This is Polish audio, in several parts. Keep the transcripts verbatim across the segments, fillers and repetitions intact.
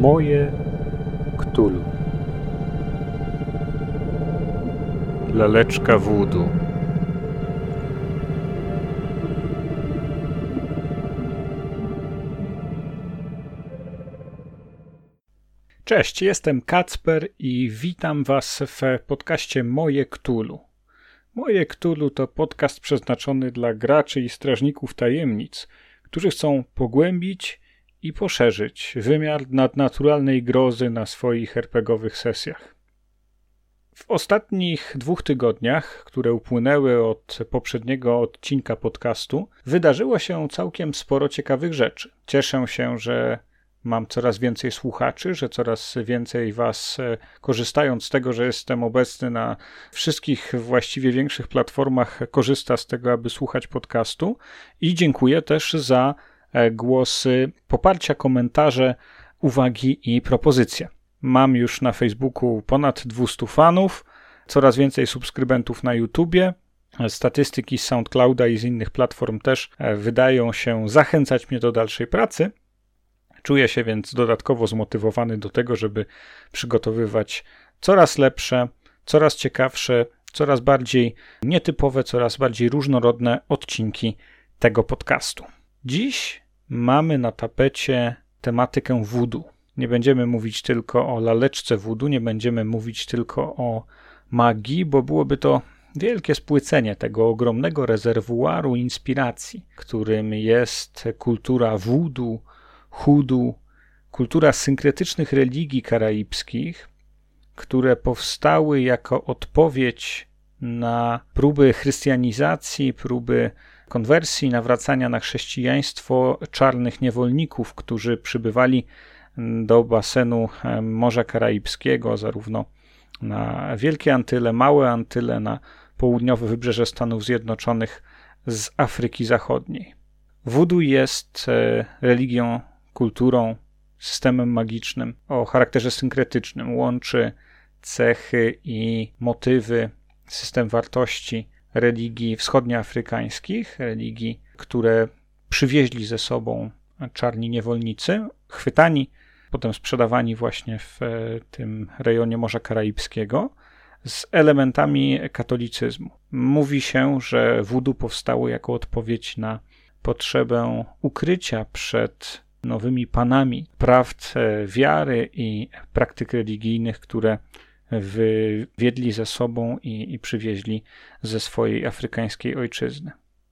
Moje Cthulhu. Laleczka Voodoo. Cześć, jestem Kacper i witam Was w podcaście Moje Cthulhu. Moje Cthulhu to podcast przeznaczony dla graczy i strażników tajemnic, którzy chcą pogłębić i poszerzyć wymiar nadnaturalnej grozy na swoich er pe gie owych sesjach. W ostatnich dwóch tygodniach, które upłynęły od poprzedniego odcinka podcastu, wydarzyło się całkiem sporo ciekawych rzeczy. Cieszę się, że mam coraz więcej słuchaczy, że coraz więcej Was, korzystając z tego, że jestem obecny na wszystkich właściwie większych platformach, korzysta z tego, aby słuchać podcastu. I dziękuję też za głosy poparcia, komentarze, uwagi i propozycje. Mam już na Facebooku ponad dwieście fanów, coraz więcej subskrybentów na YouTubie. Statystyki z SoundClouda i z innych platform też wydają się zachęcać mnie do dalszej pracy. Czuję się więc dodatkowo zmotywowany do tego, żeby przygotowywać coraz lepsze, coraz ciekawsze, coraz bardziej nietypowe, coraz bardziej różnorodne odcinki tego podcastu. Dziś mamy na tapecie tematykę voodoo. Nie będziemy mówić tylko o laleczce voodoo, nie będziemy mówić tylko o magii, bo byłoby to wielkie spłycenie tego ogromnego rezerwuaru inspiracji, którym jest kultura voodoo, hoodoo, kultura synkretycznych religii karaibskich, które powstały jako odpowiedź na próby chrystianizacji, próby konwersji, nawracania na chrześcijaństwo czarnych niewolników, którzy przybywali do basenu Morza Karaibskiego, zarówno na Wielkie Antyle, Małe Antyle, na południowe wybrzeże Stanów Zjednoczonych z Afryki Zachodniej. Voodoo jest religią, kulturą, systemem magicznym o charakterze synkretycznym. Łączy cechy i motywy, system wartości religii wschodnioafrykańskich, religii, które przywieźli ze sobą czarni niewolnicy, chwytani, potem sprzedawani właśnie w tym rejonie Morza Karaibskiego, z elementami katolicyzmu. Mówi się, że voodoo powstało jako odpowiedź na potrzebę ukrycia przed nowymi panami prawd wiary i praktyk religijnych, które wywiedli ze sobą i, i przywieźli ze swojej afrykańskiej ojczyzny.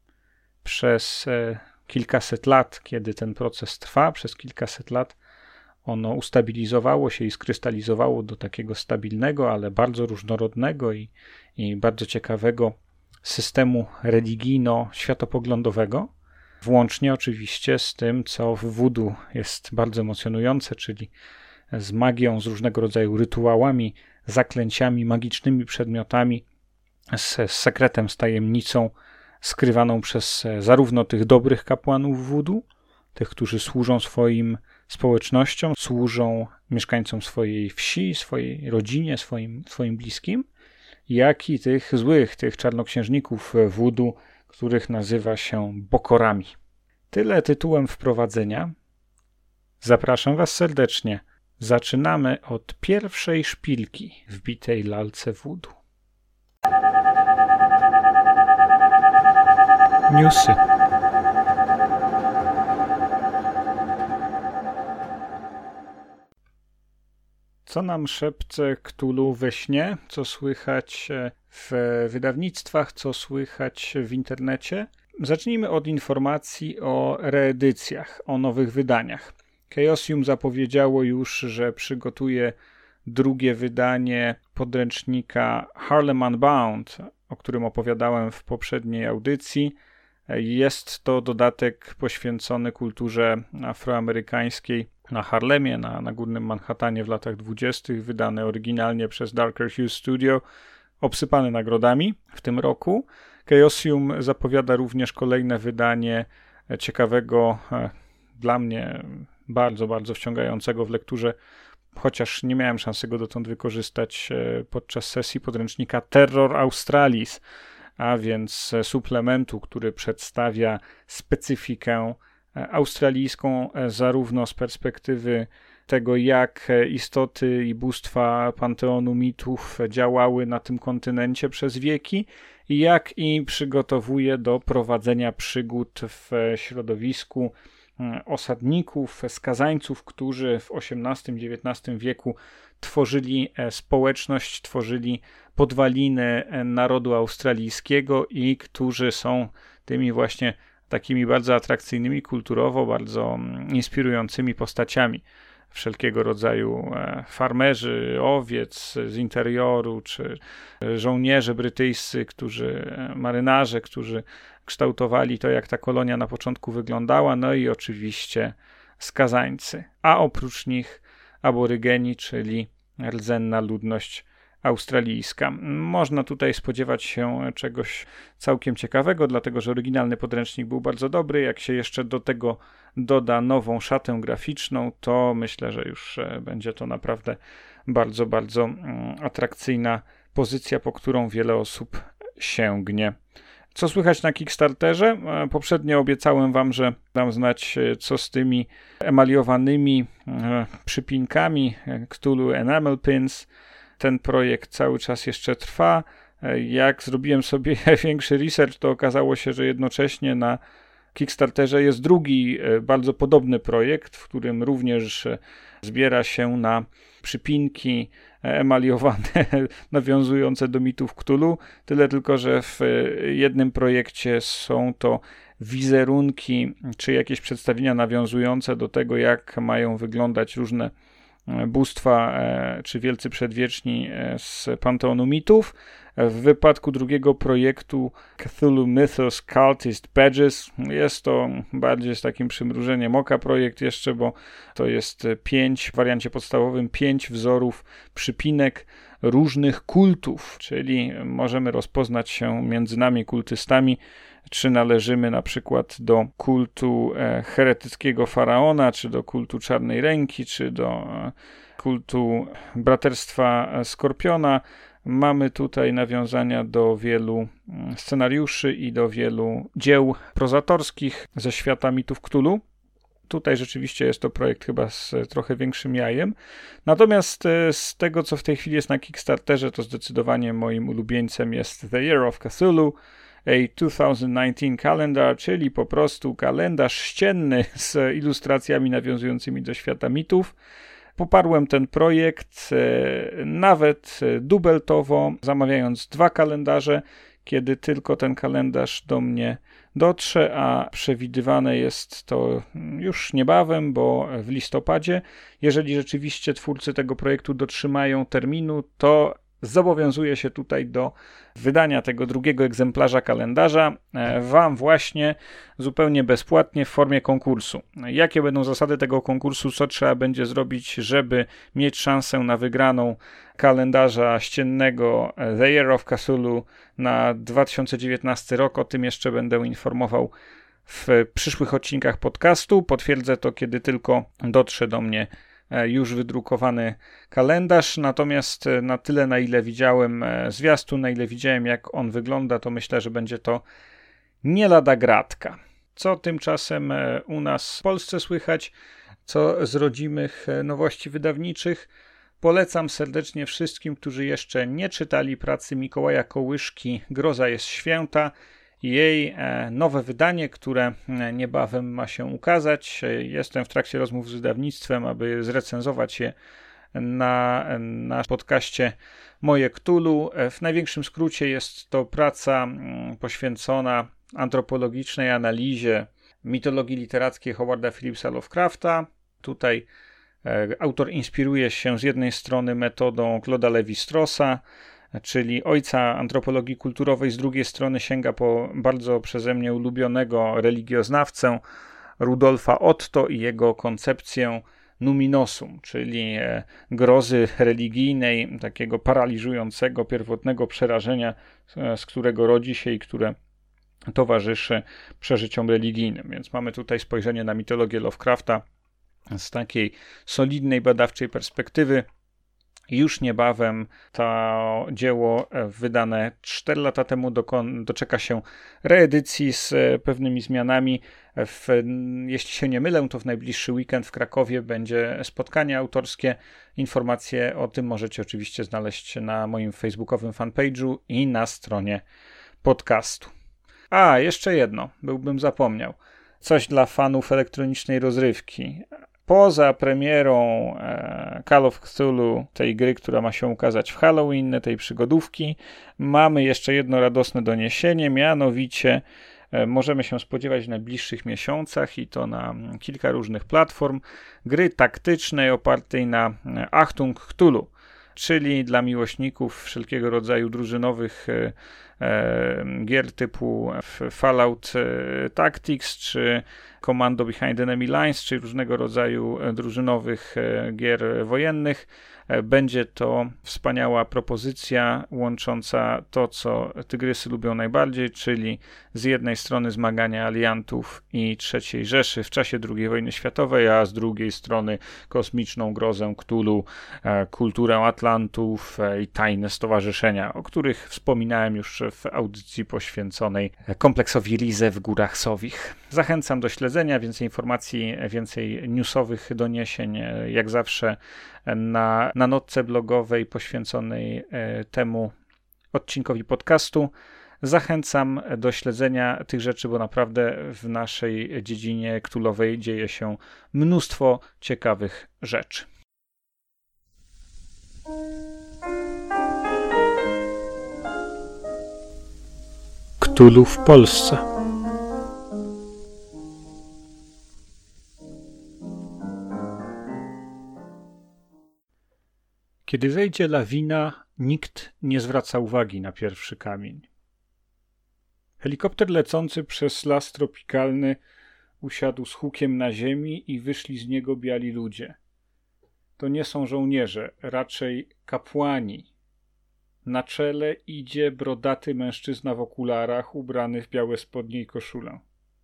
Przez kilkaset lat, kiedy ten proces trwa, przez kilkaset lat ono ustabilizowało się i skrystalizowało do takiego stabilnego, ale bardzo różnorodnego i, i bardzo ciekawego systemu religijno-światopoglądowego, włącznie oczywiście z tym, co w voodoo jest bardzo emocjonujące, czyli z magią, z różnego rodzaju rytuałami, zaklęciami, magicznymi przedmiotami, z, z sekretem, z tajemnicą skrywaną przez zarówno tych dobrych kapłanów voodoo, tych, którzy służą swoim społecznościom, służą mieszkańcom swojej wsi, swojej rodzinie, swoim, swoim bliskim, jak i tych złych, tych czarnoksiężników voodoo, których nazywa się bokorami. Tyle tytułem wprowadzenia. Zapraszam Was serdecznie. Zaczynamy od pierwszej szpilki w bitej lalce voodoo. Newsy. Co nam szepce Cthulhu we śnie? Co słychać w wydawnictwach? Co słychać w internecie? Zacznijmy od informacji o reedycjach, o nowych wydaniach. Chaosium zapowiedziało już, że przygotuje drugie wydanie podręcznika Harlem Unbound, o którym opowiadałem w poprzedniej audycji. Jest to dodatek poświęcony kulturze afroamerykańskiej na Harlemie, na, na Górnym Manhattanie w latach dwudziestych, wydany oryginalnie przez Darker Hughes Studio, obsypany nagrodami w tym roku. Chaosium zapowiada również kolejne wydanie ciekawego, e, dla mnie bardzo, bardzo wciągającego w lekturze, chociaż nie miałem szansy go dotąd wykorzystać e, podczas sesji podręcznika Terror Australis, a więc suplementu, który przedstawia specyfikę australijską zarówno z perspektywy tego, jak istoty i bóstwa panteonu mitów działały na tym kontynencie przez wieki i jak i przygotowuje do prowadzenia przygód w środowisku osadników, skazańców, którzy w osiemnastym dziewiętnastym wieku tworzyli społeczność, tworzyli podwaliny narodu australijskiego i którzy są tymi właśnie takimi bardzo atrakcyjnymi kulturowo, bardzo inspirującymi postaciami. Wszelkiego rodzaju farmerzy owiec z interioru, czy żołnierze brytyjscy, którzy, marynarze, którzy kształtowali to, jak ta kolonia na początku wyglądała, no i oczywiście skazańcy, a oprócz nich aborygeni, czyli rdzenna ludność australijska. Można tutaj spodziewać się czegoś całkiem ciekawego, dlatego że oryginalny podręcznik był bardzo dobry. Jak się jeszcze do tego doda nową szatę graficzną, to myślę, że już będzie to naprawdę bardzo, bardzo atrakcyjna pozycja, po którą wiele osób sięgnie. Co słychać na Kickstarterze? Poprzednio obiecałem wam, że dam znać, co z tymi emaliowanymi przypinkami Cthulhu Enamel Pins. Ten projekt cały czas jeszcze trwa. Jak zrobiłem sobie większy research, to okazało się, że jednocześnie na Kickstarterze jest drugi bardzo podobny projekt, w którym również zbiera się na przypinki emaliowane nawiązujące do mitów Cthulhu. Tyle tylko, że w jednym projekcie są to wizerunki czy jakieś przedstawienia nawiązujące do tego, jak mają wyglądać różne bóstwa czy wielcy przedwieczni z panteonu mitów. W wypadku drugiego projektu Cthulhu Mythos Cultist Badges jest to bardziej z takim przymrużeniem oka projekt jeszcze, bo to jest pięć, w wariancie podstawowym pięć wzorów przypinek różnych kultów, czyli możemy rozpoznać się między nami kultystami, czy należymy na przykład do kultu heretyckiego faraona, czy do kultu czarnej ręki, czy do kultu braterstwa skorpiona. Mamy tutaj nawiązania do wielu scenariuszy i do wielu dzieł prozatorskich ze świata mitów Cthulhu. Tutaj rzeczywiście jest to projekt chyba z trochę większym jajem. Natomiast z tego, co w tej chwili jest na Kickstarterze, to zdecydowanie moim ulubieńcem jest The Year of Cthulhu, a dwa tysiące dziewiętnaście Calendar, czyli po prostu kalendarz ścienny z ilustracjami nawiązującymi do świata mitów. Poparłem ten projekt nawet dubeltowo, zamawiając dwa kalendarze, kiedy tylko ten kalendarz do mnie dotrze, a przewidywane jest to już niebawem, bo w listopadzie. Jeżeli rzeczywiście twórcy tego projektu dotrzymają terminu, to zobowiązuję się tutaj do wydania tego drugiego egzemplarza kalendarza wam właśnie zupełnie bezpłatnie w formie konkursu. Jakie będą zasady tego konkursu, co trzeba będzie zrobić, żeby mieć szansę na wygraną kalendarza ściennego The Year of Cthulhu na dwa tysiące dziewiętnasty rok, o tym jeszcze będę informował w przyszłych odcinkach podcastu. Potwierdzę to, kiedy tylko dotrze do mnie już wydrukowany kalendarz, natomiast na tyle, na ile widziałem zwiastun, na ile widziałem, jak on wygląda, to myślę, że będzie to nie lada gratka. Co tymczasem u nas w Polsce słychać, co z rodzimych nowości wydawniczych? Polecam serdecznie wszystkim, którzy jeszcze nie czytali pracy Mikołaja Kołyszki Groza jest święta. Jej nowe wydanie, które niebawem ma się ukazać. Jestem w trakcie rozmów z wydawnictwem, aby zrecenzować je na, na podcaście Moje Cthulhu. W największym skrócie jest to praca poświęcona antropologicznej analizie mitologii literackiej Howarda Phillipsa Lovecrafta. Tutaj autor inspiruje się z jednej strony metodą Claude'a Lévi-Straussa, czyli ojca antropologii kulturowej, z drugiej strony sięga po bardzo przeze mnie ulubionego religioznawcę Rudolfa Otto i jego koncepcję numinosum, czyli grozy religijnej, takiego paraliżującego, pierwotnego przerażenia, z którego rodzi się i które towarzyszy przeżyciom religijnym. Więc mamy tutaj spojrzenie na mitologię Lovecrafta z takiej solidnej, badawczej perspektywy. Już niebawem to dzieło wydane cztery lata temu dokon- doczeka się reedycji z pewnymi zmianami. W, jeśli się nie mylę, to w najbliższy weekend w Krakowie będzie spotkanie autorskie. Informacje o tym możecie oczywiście znaleźć na moim facebookowym fanpage'u i na stronie podcastu. A, jeszcze jedno, byłbym zapomniał. Coś dla fanów elektronicznej rozrywki. Poza premierą e, Call of Cthulhu, tej gry, która ma się ukazać w Halloween, tej przygodówki, mamy jeszcze jedno radosne doniesienie, mianowicie e, możemy się spodziewać w najbliższych miesiącach i to na kilka różnych platform gry taktycznej opartej na Achtung Cthulhu, czyli dla miłośników wszelkiego rodzaju drużynowych e, e, gier typu Fallout e, Tactics czy Commando Behind Enemy Lines, czy różnego rodzaju drużynowych gier wojennych. Będzie to wspaniała propozycja łącząca to, co tygrysy lubią najbardziej, czyli z jednej strony zmagania aliantów i trzeciej Rzeszy w czasie drugiej wojny światowej, a z drugiej strony kosmiczną grozę Cthulhu, kulturę Atlantów i tajne stowarzyszenia, o których wspominałem już w audycji poświęconej kompleksowi Rize w Górach Sowich. Zachęcam do śledzenia, więcej informacji, więcej newsowych doniesień, jak zawsze na, na notce blogowej poświęconej temu odcinkowi podcastu. Zachęcam do śledzenia tych rzeczy, bo naprawdę w naszej dziedzinie cthulhowej dzieje się mnóstwo ciekawych rzeczy. Cthulhu w Polsce. Kiedy zejdzie lawina, nikt nie zwraca uwagi na pierwszy kamień. Helikopter lecący przez las tropikalny usiadł z hukiem na ziemi i wyszli z niego biali ludzie. To nie są żołnierze, raczej kapłani. Na czele idzie brodaty mężczyzna w okularach, ubrany w białe spodnie i koszulę.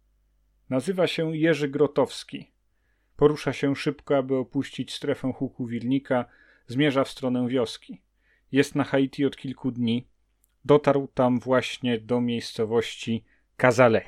Nazywa się Jerzy Grotowski. Porusza się szybko, aby opuścić strefę huku Wilnika. Zmierza w stronę wioski. Jest na Haiti od kilku dni. Dotarł tam właśnie do miejscowości Kazale.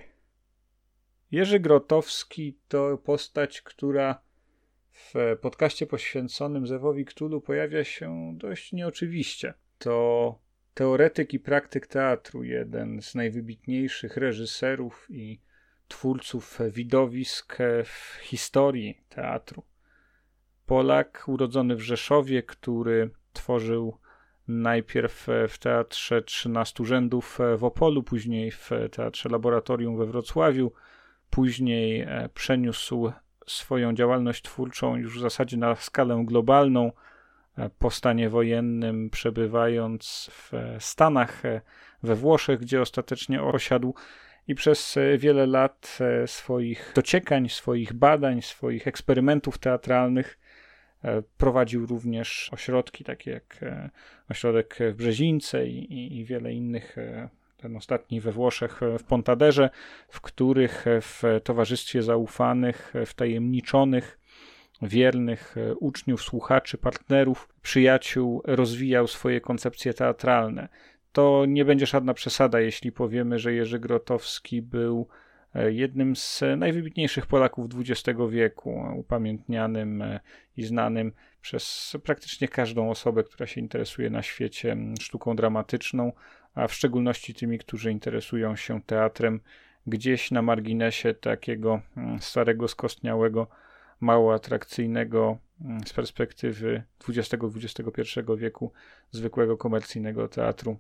Jerzy Grotowski to postać, która w podcaście poświęconym Zewowi Cthulhu pojawia się dość nieoczywiście. To teoretyk i praktyk teatru, jeden z najwybitniejszych reżyserów i twórców widowisk w historii teatru. Polak urodzony w Rzeszowie, który tworzył najpierw w Teatrze trzynastu Rzędów w Opolu, później w Teatrze Laboratorium we Wrocławiu, później przeniósł swoją działalność twórczą już w zasadzie na skalę globalną, po stanie wojennym przebywając w Stanach, we Włoszech, gdzie ostatecznie osiadł i przez wiele lat swoich dociekań, swoich badań, swoich eksperymentów teatralnych prowadził również ośrodki, takie jak ośrodek w Brzezińce i, i, i wiele innych, ten ostatni we Włoszech, w Pontaderze, w których w towarzystwie zaufanych, wtajemniczonych, wiernych uczniów, słuchaczy, partnerów, przyjaciół rozwijał swoje koncepcje teatralne. To nie będzie żadna przesada, jeśli powiemy, że Jerzy Grotowski był jednym z najwybitniejszych Polaków dwudziestego wieku, upamiętnianym i znanym przez praktycznie każdą osobę, która się interesuje na świecie sztuką dramatyczną, a w szczególności tymi, którzy interesują się teatrem gdzieś na marginesie takiego starego, skostniałego, mało atrakcyjnego z perspektywy dwudziestego do dwudziestego pierwszego wieku zwykłego komercyjnego teatru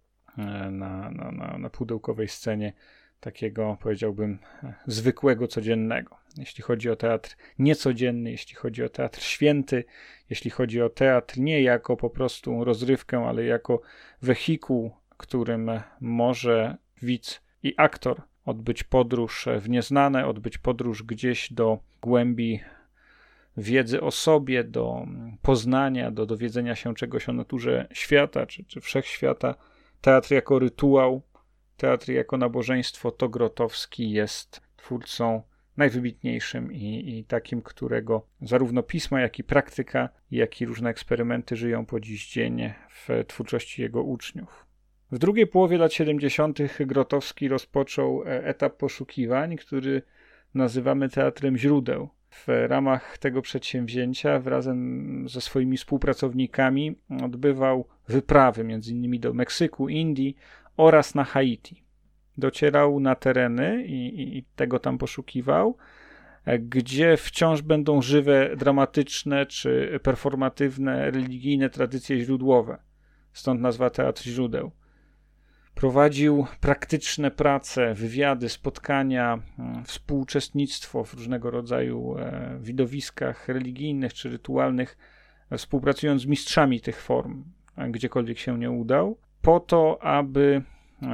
na, na, na, na pudełkowej scenie, takiego, powiedziałbym, zwykłego, codziennego. Jeśli chodzi o teatr niecodzienny, jeśli chodzi o teatr święty, jeśli chodzi o teatr nie jako po prostu rozrywkę, ale jako wehikuł, którym może widz i aktor odbyć podróż w nieznane, odbyć podróż gdzieś do głębi wiedzy o sobie, do poznania, do dowiedzenia się czegoś o naturze świata, czy, czy wszechświata. Teatr jako rytuał, teatr jako nabożeństwo, to Grotowski jest twórcą najwybitniejszym i, i takim, którego zarówno pisma, jak i praktyka, jak i różne eksperymenty żyją po dziś dzień w twórczości jego uczniów. W drugiej połowie lat siedemdziesiątych Grotowski rozpoczął etap poszukiwań, który nazywamy Teatrem Źródeł. W ramach tego przedsięwzięcia razem ze swoimi współpracownikami odbywał wyprawy między innymi do Meksyku, Indii oraz na Haiti. Docierał na tereny i, i tego tam poszukiwał, gdzie wciąż będą żywe, dramatyczne czy performatywne, religijne tradycje źródłowe. Stąd nazwa Teatr Źródeł. Prowadził praktyczne prace, wywiady, spotkania, współuczestnictwo w różnego rodzaju widowiskach religijnych czy rytualnych, współpracując z mistrzami tych form, gdziekolwiek się nie udał, po to, aby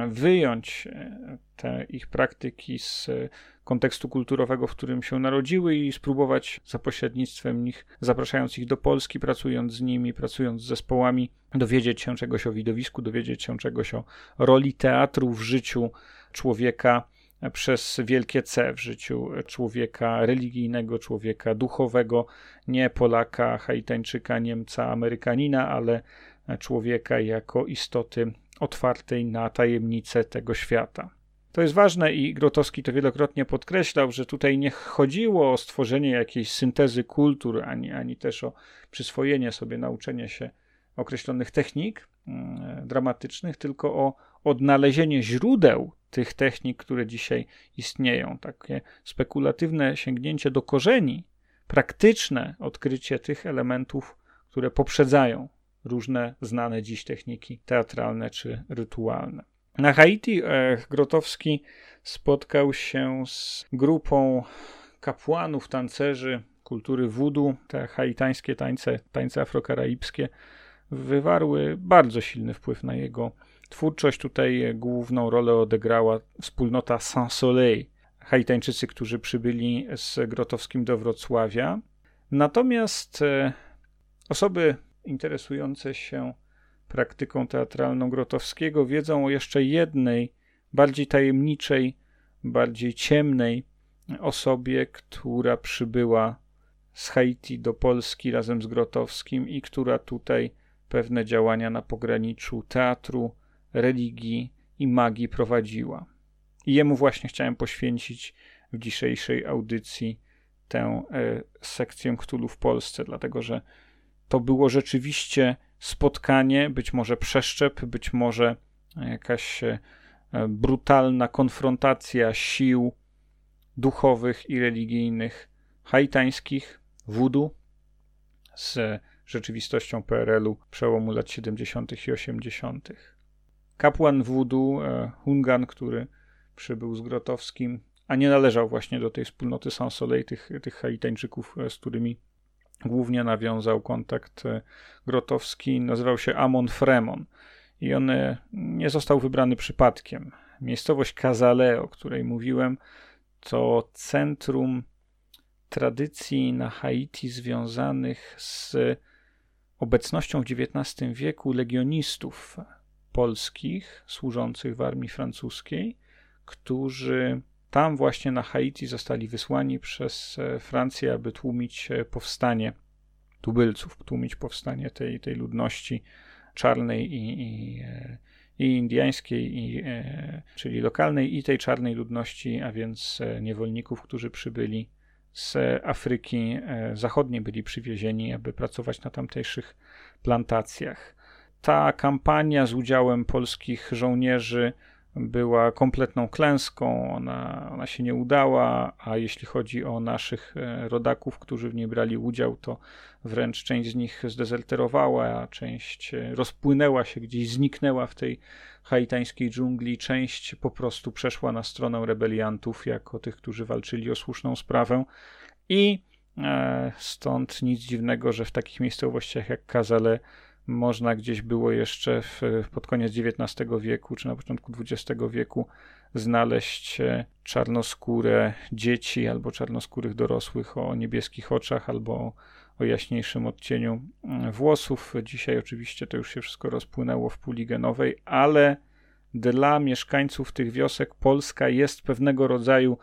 wyjąć te ich praktyki z kontekstu kulturowego, w którym się narodziły i spróbować za pośrednictwem nich, zapraszając ich do Polski, pracując z nimi, pracując z zespołami, dowiedzieć się czegoś o widowisku, dowiedzieć się czegoś o roli teatru w życiu człowieka przez wielkie C, w życiu człowieka religijnego, człowieka duchowego, nie Polaka, Haitańczyka, Niemca, Amerykanina, ale człowieka jako istoty otwartej na tajemnice tego świata. To jest ważne i Grotowski to wielokrotnie podkreślał, że tutaj nie chodziło o stworzenie jakiejś syntezy kultur, ani, ani też o przyswojenie sobie, nauczenie się określonych technik mm, dramatycznych, tylko o odnalezienie źródeł tych technik, które dzisiaj istnieją. Takie spekulatywne sięgnięcie do korzeni, praktyczne odkrycie tych elementów, które poprzedzają różne znane dziś techniki teatralne czy rytualne. Na Haiti e, Grotowski spotkał się z grupą kapłanów, tancerzy kultury voodoo. Te haitańskie tańce, tańce afrokaraibskie wywarły bardzo silny wpływ na jego twórczość. Tutaj główną rolę odegrała wspólnota Saint-Soleil, Haitańczycy, którzy przybyli z Grotowskim do Wrocławia. Natomiast e, osoby interesujące się praktyką teatralną Grotowskiego wiedzą o jeszcze jednej, bardziej tajemniczej, bardziej ciemnej osobie, która przybyła z Haiti do Polski razem z Grotowskim i która tutaj pewne działania na pograniczu teatru, religii i magii prowadziła. I jemu właśnie chciałem poświęcić w dzisiejszej audycji tę e, sekcję Cthulhu w Polsce, dlatego że to było rzeczywiście spotkanie, być może przeszczep, być może jakaś brutalna konfrontacja sił duchowych i religijnych haitańskich, voodoo, z rzeczywistością P R L u przełomu lat siedemdziesiątych i osiemdziesiątych. Kapłan voodoo, Hungan, który przybył z Grotowskim, a nie należał właśnie do tej wspólnoty Saint-Soleil, tych, tych Haitańczyków, z którymi głównie nawiązał kontakt Grotowski, nazywał się Amon Fremon i on nie został wybrany przypadkiem. Miejscowość Casale, o której mówiłem, to centrum tradycji na Haiti związanych z obecnością w dziewiętnastym wieku legionistów polskich służących w armii francuskiej, którzy tam właśnie na Haiti zostali wysłani przez Francję, aby tłumić powstanie tubylców, tłumić powstanie tej, tej ludności czarnej i, i, i indyjskiej, i, czyli lokalnej, i tej czarnej ludności, a więc niewolników, którzy przybyli z Afryki Zachodniej, byli przywiezieni, aby pracować na tamtejszych plantacjach. Ta kampania z udziałem polskich żołnierzy była kompletną klęską, ona, ona się nie udała, a jeśli chodzi o naszych rodaków, którzy w niej brali udział, to wręcz część z nich zdezerterowała, a część rozpłynęła się gdzieś, zniknęła w tej haitańskiej dżungli, część po prostu przeszła na stronę rebeliantów jako tych, którzy walczyli o słuszną sprawę i e, stąd nic dziwnego, że w takich miejscowościach jak Casale można gdzieś było jeszcze w, pod koniec dziewiętnastego wieku czy na początku dwudziestego wieku znaleźć czarnoskóre dzieci albo czarnoskórych dorosłych o niebieskich oczach albo o, o jaśniejszym odcieniu włosów. Dzisiaj oczywiście to już się wszystko rozpłynęło w puli genowej, ale dla mieszkańców tych wiosek Polska jest pewnego rodzaju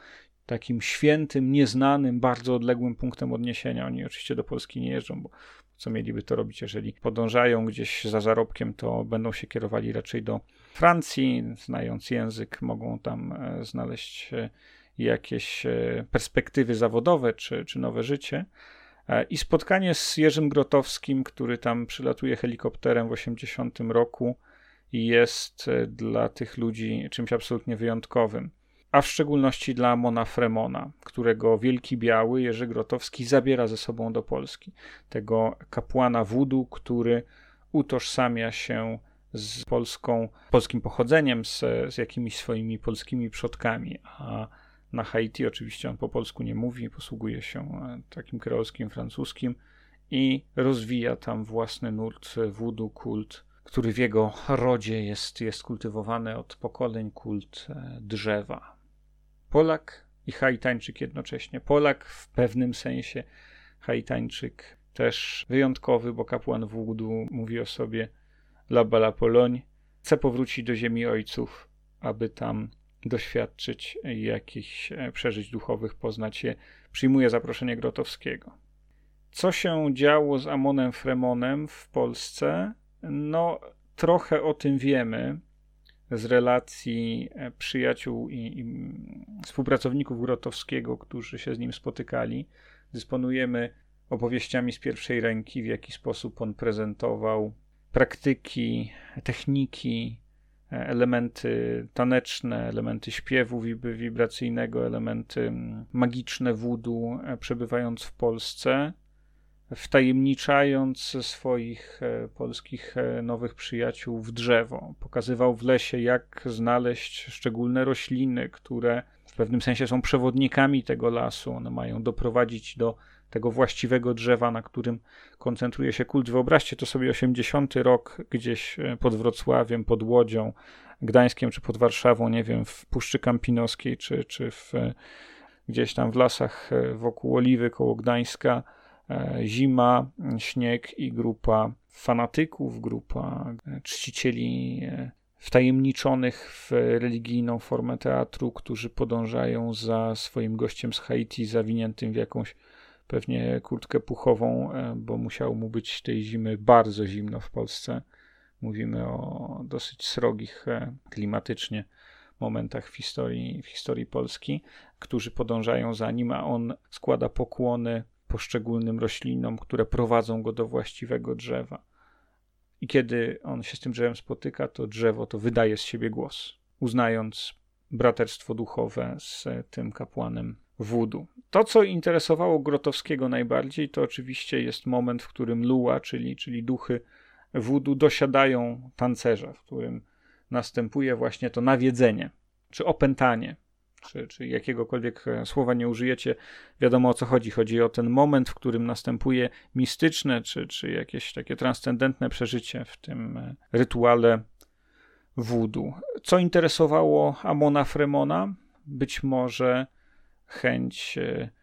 takim świętym, nieznanym, bardzo odległym punktem odniesienia. Oni oczywiście do Polski nie jeżdżą, bo co mieliby to robić, jeżeli podążają gdzieś za zarobkiem, to będą się kierowali raczej do Francji. Znając język, mogą tam znaleźć jakieś perspektywy zawodowe czy, czy nowe życie. I spotkanie z Jerzym Grotowskim, który tam przylatuje helikopterem w osiemdziesiątym roku, jest dla tych ludzi czymś absolutnie wyjątkowym. A w szczególności dla Amona Fremona, którego Wielki Biały Jerzy Grotowski zabiera ze sobą do Polski. Tego kapłana wudu, który utożsamia się z Polską, polskim pochodzeniem, z, z jakimiś swoimi polskimi przodkami. A na Haiti oczywiście on po polsku nie mówi, posługuje się takim kreolskim, francuskim i rozwija tam własny nurt wudu, kult, który w jego rodzie jest, jest kultywowany od pokoleń, kult drzewa. Polak i Haitańczyk jednocześnie. Polak w pewnym sensie, Haitańczyk też wyjątkowy, bo kapłan wudu mówi o sobie là-bas la Pologne. Chce powrócić do ziemi ojców, aby tam doświadczyć jakichś przeżyć duchowych, poznać je. Przyjmuje zaproszenie Grotowskiego. Co się działo z Amonem Fremonem w Polsce? No, trochę o tym wiemy z relacji przyjaciół i, i współpracowników Grotowskiego, którzy się z nim spotykali. Dysponujemy opowieściami z pierwszej ręki, w jaki sposób on prezentował praktyki, techniki, elementy taneczne, elementy śpiewu wibracyjnego, elementy magiczne wudu, przebywając w Polsce, wtajemniczając swoich polskich nowych przyjaciół w drzewo. Pokazywał w lesie, jak znaleźć szczególne rośliny, które w pewnym sensie są przewodnikami tego lasu. One mają doprowadzić do tego właściwego drzewa, na którym koncentruje się kult. Wyobraźcie to sobie osiemdziesiąty rok gdzieś pod Wrocławiem, pod Łodzią, Gdańskiem czy pod Warszawą, nie wiem, w Puszczy Kampinoskiej czy, czy w, gdzieś tam w lasach wokół Oliwy, koło Gdańska. Zima, śnieg i grupa fanatyków, grupa czcicieli wtajemniczonych w religijną formę teatru, którzy podążają za swoim gościem z Haiti, zawiniętym w jakąś pewnie kurtkę puchową, bo musiało mu być tej zimy bardzo zimno w Polsce. Mówimy o dosyć srogich klimatycznie momentach w historii, w historii Polski, którzy podążają za nim, a on składa pokłony poszczególnym roślinom, które prowadzą go do właściwego drzewa. I kiedy on się z tym drzewem spotyka, to drzewo to wydaje z siebie głos, uznając braterstwo duchowe z tym kapłanem wudu. To, co interesowało Grotowskiego najbardziej, to oczywiście jest moment, w którym Lua, czyli, czyli duchy wudu, dosiadają tancerza, w którym następuje właśnie to nawiedzenie, czy opętanie, czy, czy jakiegokolwiek słowa nie użyjecie, wiadomo o co chodzi. Chodzi o ten moment, w którym następuje mistyczne, czy, czy jakieś takie transcendentne przeżycie w tym rytuale wudu. Co interesowało Amona Fremona? Być może chęć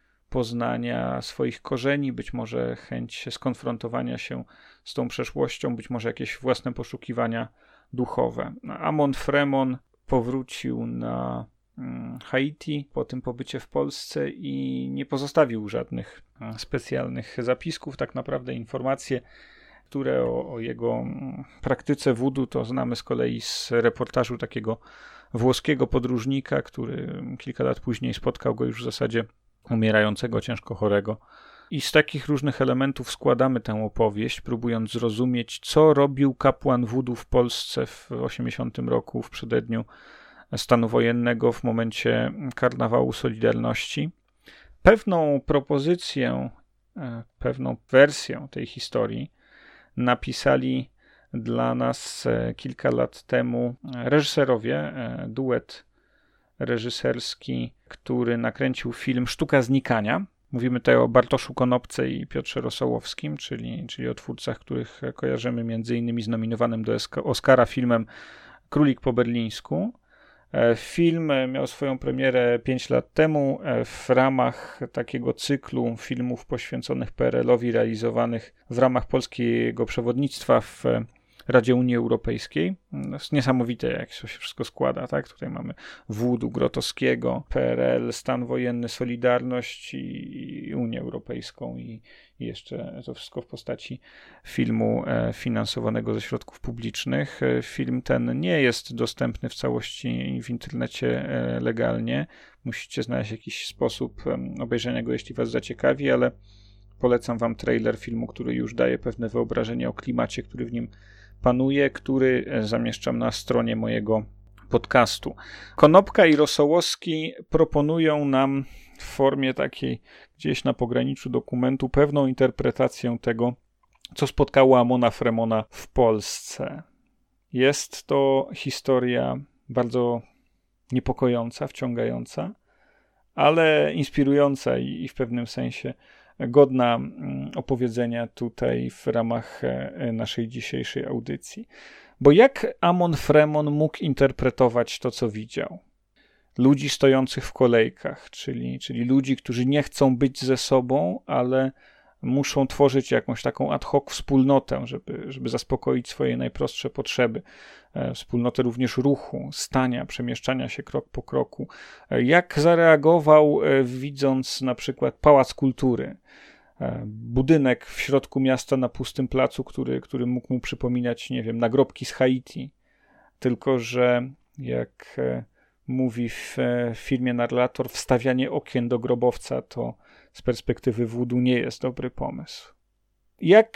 poznania swoich korzeni, być może chęć skonfrontowania się z tą przeszłością, być może jakieś własne poszukiwania duchowe. Amon Fremon powrócił na Haiti po tym pobycie w Polsce i nie pozostawił żadnych specjalnych zapisków. Tak naprawdę informacje, które o, o jego praktyce wudu to znamy z kolei z reportażu takiego włoskiego podróżnika, który kilka lat później spotkał go już w zasadzie umierającego, ciężko chorego. I z takich różnych elementów składamy tę opowieść, próbując zrozumieć, co robił kapłan wudu w Polsce w osiemdziesiątym roku, w przededniu stanu wojennego, w momencie karnawału Solidarności. Pewną propozycję, pewną wersję tej historii napisali dla nas kilka lat temu reżyserowie, duet reżyserski, który nakręcił film Sztuka znikania. Mówimy tutaj o Bartoszu Konopce i Piotrze Rosołowskim, czyli, czyli o twórcach, których kojarzymy między innymi z nominowanym do Oscara filmem Królik po berlińsku. Film miał swoją premierę pięć lat temu w ramach takiego cyklu filmów poświęconych P R L-owi, realizowanych w ramach polskiego przewodnictwa w Radzie Unii Europejskiej. To jest niesamowite, jak to się wszystko składa, tak? Tutaj mamy Wódu, Grotowskiego, P R L, stan wojenny, Solidarność i, i Unię Europejską i, i jeszcze to wszystko w postaci filmu e, finansowanego ze środków publicznych. E, film ten nie jest dostępny w całości w internecie e, legalnie. Musicie znaleźć jakiś sposób e, obejrzenia go, jeśli was zaciekawi, ale polecam wam trailer filmu, który już daje pewne wyobrażenie o klimacie, który w nim panuje, który zamieszczam na stronie mojego podcastu. Konopka i Rosołowski proponują nam w formie takiej gdzieś na pograniczu dokumentu pewną interpretację tego, co spotkało Amona Fremona w Polsce. Jest to historia bardzo niepokojąca, wciągająca, ale inspirująca i w pewnym sensie godna opowiedzenia tutaj w ramach naszej dzisiejszej audycji. Bo jak Amon Fremon mógł interpretować to, co widział? Ludzi stojących w kolejkach, czyli, czyli ludzi, którzy nie chcą być ze sobą, ale muszą tworzyć jakąś taką ad hoc wspólnotę, żeby, żeby zaspokoić swoje najprostsze potrzeby. Wspólnotę również ruchu, stania, przemieszczania się krok po kroku. Jak zareagował, widząc na przykład Pałac Kultury, budynek w środku miasta na pustym placu, który, który mógł mu przypominać, nie wiem, nagrobki z Haiti. Tylko że, jak mówi w filmie narrator, wstawianie okien do grobowca to z perspektywy Woodu nie jest dobry pomysł. Jak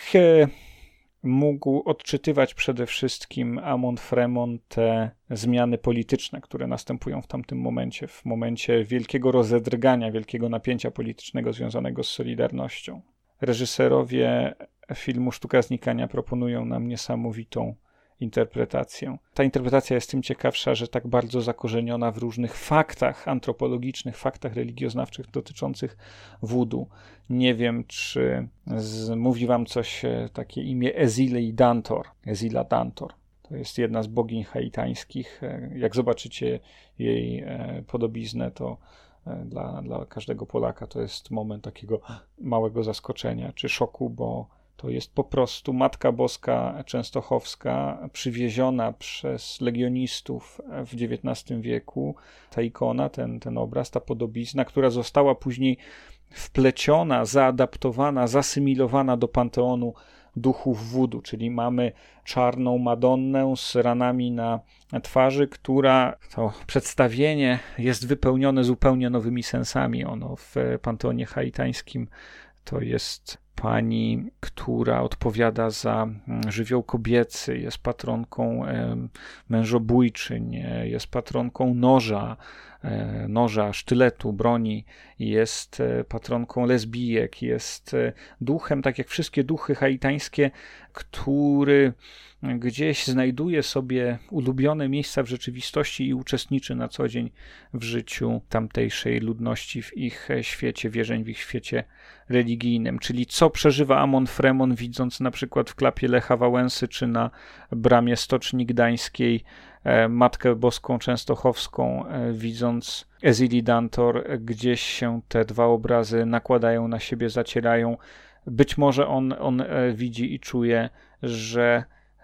mógł odczytywać przede wszystkim Amon Fremon te zmiany polityczne, które następują w tamtym momencie, w momencie wielkiego rozedrgania, wielkiego napięcia politycznego związanego z Solidarnością? Reżyserowie filmu Sztuka znikania proponują nam niesamowitą interpretację. Ta interpretacja jest tym ciekawsza, że tak bardzo zakorzeniona w różnych faktach antropologicznych, faktach religioznawczych dotyczących Woodu. Nie wiem, czy z, mówi wam coś takie imię Ezili Dantor. Ezila Dantor. To jest jedna z bogiń haitańskich. Jak zobaczycie jej podobiznę, to dla, dla każdego Polaka to jest moment takiego małego zaskoczenia czy szoku, bo to jest po prostu Matka Boska Częstochowska przywieziona przez legionistów w dziewiętnastym wieku. Ta ikona, ten, ten obraz, ta podobizna, która została później wpleciona, zaadaptowana, zasymilowana do panteonu duchów Woodu, czyli mamy czarną Madonnę z ranami na twarzy, która to przedstawienie jest wypełnione zupełnie nowymi sensami. Ono w panteonie haitańskim to jest pani, która odpowiada za żywioł kobiecy, jest patronką mężobójczyń, jest patronką noża, noża, sztyletu, broni, jest patronką lesbijek, jest duchem, tak jak wszystkie duchy haitańskie, który gdzieś znajduje sobie ulubione miejsca w rzeczywistości i uczestniczy na co dzień w życiu tamtejszej ludności, w ich świecie wierzeń, w ich świecie religijnym. Czyli co przeżywa Amon Fremon, widząc na przykład w klapie Lecha Wałęsy, czy na bramie Stoczni Gdańskiej Matkę Boską Częstochowską, widząc Ezili Dantor, gdzieś się te dwa obrazy nakładają na siebie, zacierają. Być może on, on widzi i czuje, że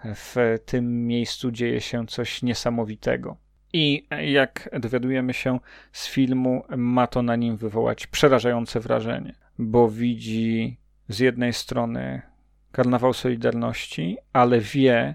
w tym miejscu dzieje się coś niesamowitego. I jak dowiadujemy się z filmu, ma to na nim wywołać przerażające wrażenie, bo widzi z jednej strony karnawał Solidarności, ale wie,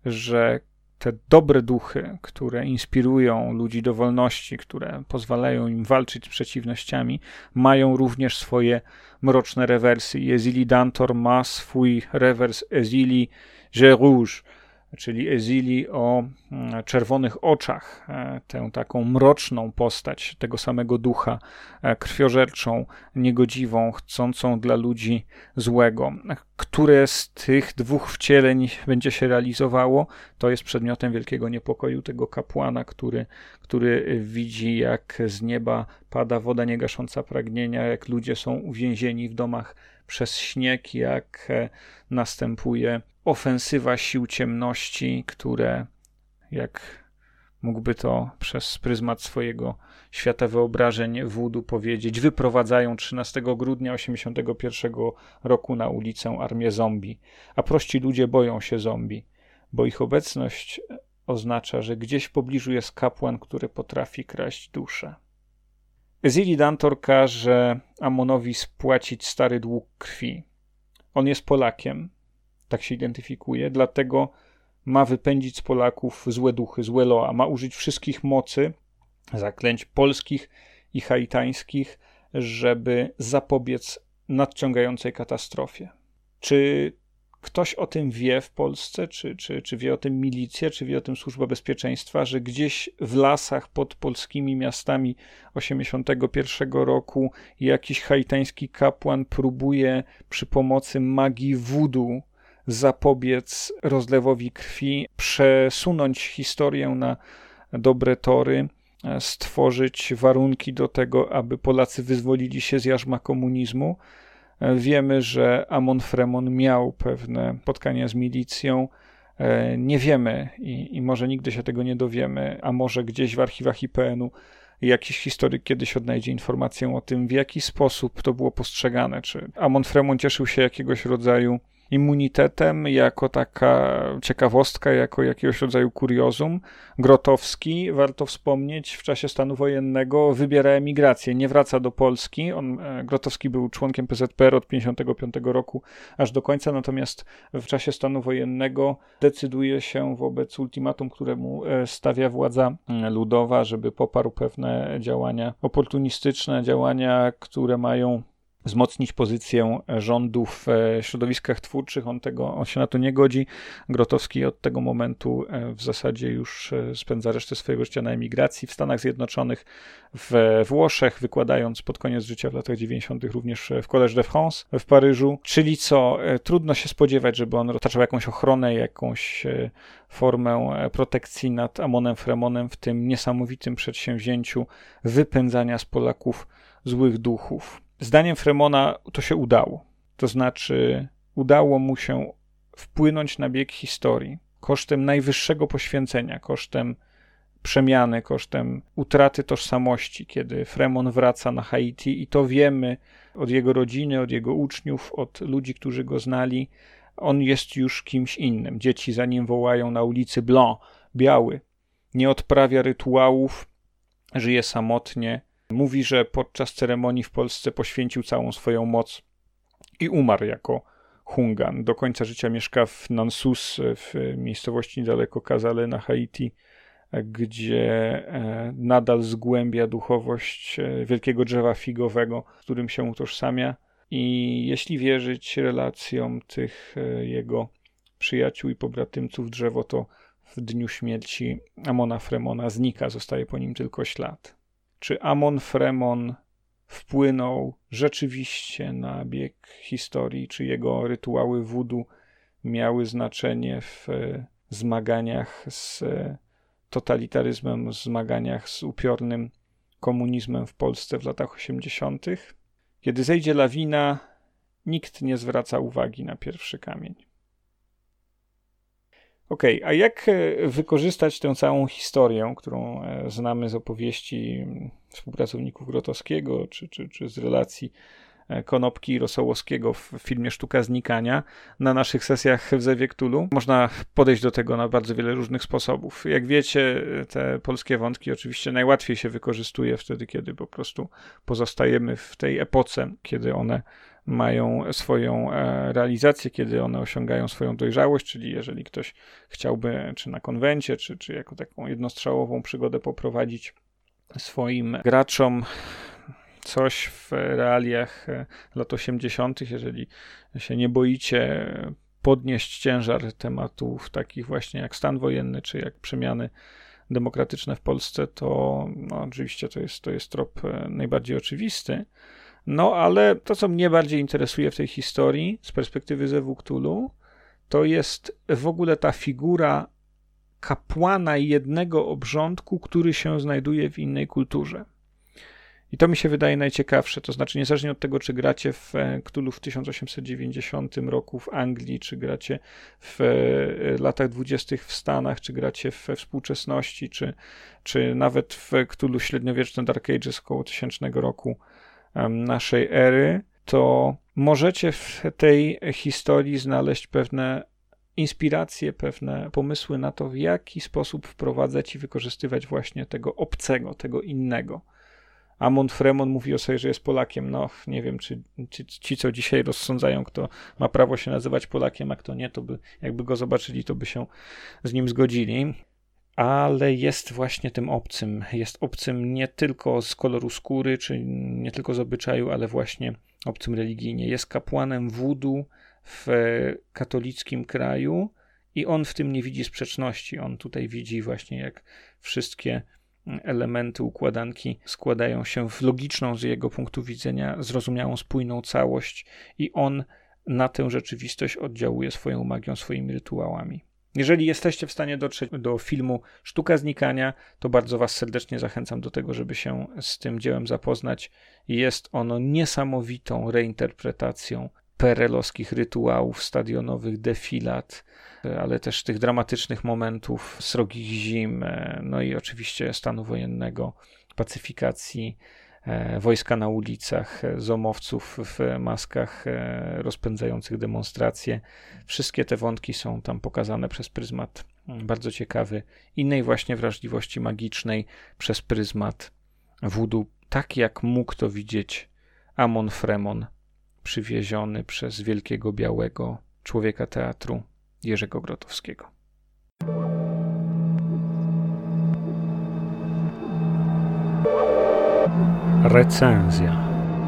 że te dobre duchy, które inspirują ludzi do wolności, które pozwalają im walczyć z przeciwnościami, mają również swoje mroczne rewersy. I Ezili Dantor ma swój rewers Ezili Je Rouge, czyli Ezili o czerwonych oczach, tę taką mroczną postać tego samego ducha, krwiożerczą, niegodziwą, chcącą dla ludzi złego. Które z tych dwóch wcieleń będzie się realizowało, to jest przedmiotem wielkiego niepokoju tego kapłana, który, który widzi, jak z nieba pada woda niegasząca pragnienia, jak ludzie są uwięzieni w domach przez śnieg, jak następuje ofensywa sił ciemności, które, jak mógłby to przez pryzmat swojego świata wyobrażeń Woodu powiedzieć, wyprowadzają trzynastego grudnia osiemdziesiątego pierwszego roku na ulicę armię zombie. A prości ludzie boją się zombie, bo ich obecność oznacza, że gdzieś w pobliżu jest kapłan, który potrafi kraść duszę. Ezili-Dantor każe Amonowi spłacić stary dług krwi. On jest Polakiem, tak się identyfikuje, dlatego ma wypędzić z Polaków złe duchy, złe loa, ma użyć wszystkich mocy, zaklęć polskich i haitańskich, żeby zapobiec nadciągającej katastrofie. Czy ktoś o tym wie w Polsce, czy, czy, czy wie o tym milicja, czy wie o tym Służba Bezpieczeństwa, że gdzieś w lasach pod polskimi miastami osiemdziesiątego pierwszego roku jakiś haitański kapłan próbuje przy pomocy magii voodoo zapobiec rozlewowi krwi, przesunąć historię na dobre tory, stworzyć warunki do tego, aby Polacy wyzwolili się z jarzma komunizmu. Wiemy, że Amon Fremon miał pewne spotkania z milicją. Nie wiemy i, i może nigdy się tego nie dowiemy, a może gdzieś w archiwach I P N-u jakiś historyk kiedyś odnajdzie informację o tym, w jaki sposób to było postrzegane. Czy Amon Fremon cieszył się jakiegoś rodzaju immunitetem, jako taka ciekawostka, jako jakiegoś rodzaju kuriozum. Grotowski, warto wspomnieć, w czasie stanu wojennego wybiera emigrację, nie wraca do Polski. On, Grotowski był członkiem P Z P R od pięćdziesiątego piątego roku aż do końca, natomiast w czasie stanu wojennego decyduje się wobec ultimatum, któremu stawia władza ludowa, żeby poparł pewne działania oportunistyczne, działania, które mają wzmocnić pozycję rządu w środowiskach twórczych. On, tego, on się na to nie godzi. Grotowski od tego momentu w zasadzie już spędza resztę swojego życia na emigracji w Stanach Zjednoczonych, w Włoszech, wykładając pod koniec życia w latach dziewięćdziesiątych również w Collège de France w Paryżu. Czyli co? Trudno się spodziewać, żeby on roztaczał jakąś ochronę, jakąś formę protekcji nad Amonem Fremonem w tym niesamowitym przedsięwzięciu wypędzania z Polaków złych duchów. Zdaniem Fremona to się udało. To znaczy udało mu się wpłynąć na bieg historii kosztem najwyższego poświęcenia, kosztem przemiany, kosztem utraty tożsamości, kiedy Fremon wraca na Haiti i to wiemy od jego rodziny, od jego uczniów, od ludzi, którzy go znali. On jest już kimś innym. Dzieci za nim wołają na ulicy Blanc, biały. Nie odprawia rytuałów, żyje samotnie. Mówi, że podczas ceremonii w Polsce poświęcił całą swoją moc i umarł jako Hungan. Do końca życia mieszka w Nansus, w miejscowości niedaleko Kazale na Haiti, gdzie nadal zgłębia duchowość wielkiego drzewa figowego, z którym się utożsamia. I jeśli wierzyć relacjom tych jego przyjaciół i pobratymców, drzewo to w dniu śmierci Amona Fremona znika, zostaje po nim tylko ślad. Czy Amon Fremon wpłynął rzeczywiście na bieg historii, czy jego rytuały voodoo miały znaczenie w zmaganiach z totalitaryzmem, zmaganiach z upiornym komunizmem w Polsce w latach osiemdziesiątych? Kiedy zejdzie lawina, nikt nie zwraca uwagi na pierwszy kamień. Okej, okay, a jak wykorzystać tę całą historię, którą znamy z opowieści współpracowników Grotowskiego, czy, czy, czy z relacji Konopki i Rosołowskiego w filmie Sztuka Znikania na naszych sesjach w Zewie Cthulhu? Można podejść do tego na bardzo wiele różnych sposobów. Jak wiecie, te polskie wątki oczywiście najłatwiej się wykorzystuje wtedy, kiedy po prostu pozostajemy w tej epoce, kiedy one mają swoją realizację, kiedy one osiągają swoją dojrzałość, czyli jeżeli ktoś chciałby czy na konwencie, czy, czy jako taką jednostrzałową przygodę poprowadzić swoim graczom coś w realiach lat osiemdziesiątych, jeżeli się nie boicie podnieść ciężar tematów takich właśnie jak stan wojenny, czy jak przemiany demokratyczne w Polsce, to no, oczywiście to jest, to jest trop najbardziej oczywisty. No, ale to, co mnie bardziej interesuje w tej historii z perspektywy Zewu Cthulhu, to jest w ogóle ta figura kapłana jednego obrządku, który się znajduje w innej kulturze. I to mi się wydaje najciekawsze, to znaczy niezależnie od tego, czy gracie w Cthulhu w tysiąc osiemset dziewięćdziesiątym roku w Anglii, czy gracie w latach dwudziestych w Stanach, czy gracie we współczesności, czy, czy nawet w Cthulhu średniowieczne Dark Ages koło tysięcznego roku naszej ery, to możecie w tej historii znaleźć pewne inspiracje, pewne pomysły na to, w jaki sposób wprowadzać i wykorzystywać właśnie tego obcego, tego innego. Amon Fremon mówi o sobie, że jest Polakiem. No, nie wiem, czy, czy ci, co dzisiaj rozsądzają, kto ma prawo się nazywać Polakiem, a kto nie, to by, jakby go zobaczyli, to by się z nim zgodzili. Ale jest właśnie tym obcym. Jest obcym nie tylko z koloru skóry, czy nie tylko z obyczaju, ale właśnie obcym religijnie. Jest kapłanem wudu w katolickim kraju i on w tym nie widzi sprzeczności. On tutaj widzi właśnie, jak wszystkie elementy układanki składają się w logiczną z jego punktu widzenia zrozumiałą, spójną całość i on na tę rzeczywistość oddziałuje swoją magią, swoimi rytuałami. Jeżeli jesteście w stanie dotrzeć do filmu Sztuka Znikania, to bardzo was serdecznie zachęcam do tego, żeby się z tym dziełem zapoznać. Jest ono niesamowitą reinterpretacją perelowskich rytuałów, stadionowych defilat, ale też tych dramatycznych momentów srogich zim, no i oczywiście stanu wojennego, pacyfikacji, wojska na ulicach, zomowców w maskach rozpędzających demonstracje. Wszystkie te wątki są tam pokazane przez pryzmat bardzo ciekawy innej właśnie wrażliwości magicznej, przez pryzmat wudu, tak jak mógł to widzieć Amon Fremon, przywieziony przez wielkiego białego człowieka teatru Jerzego Grotowskiego. Recenzja.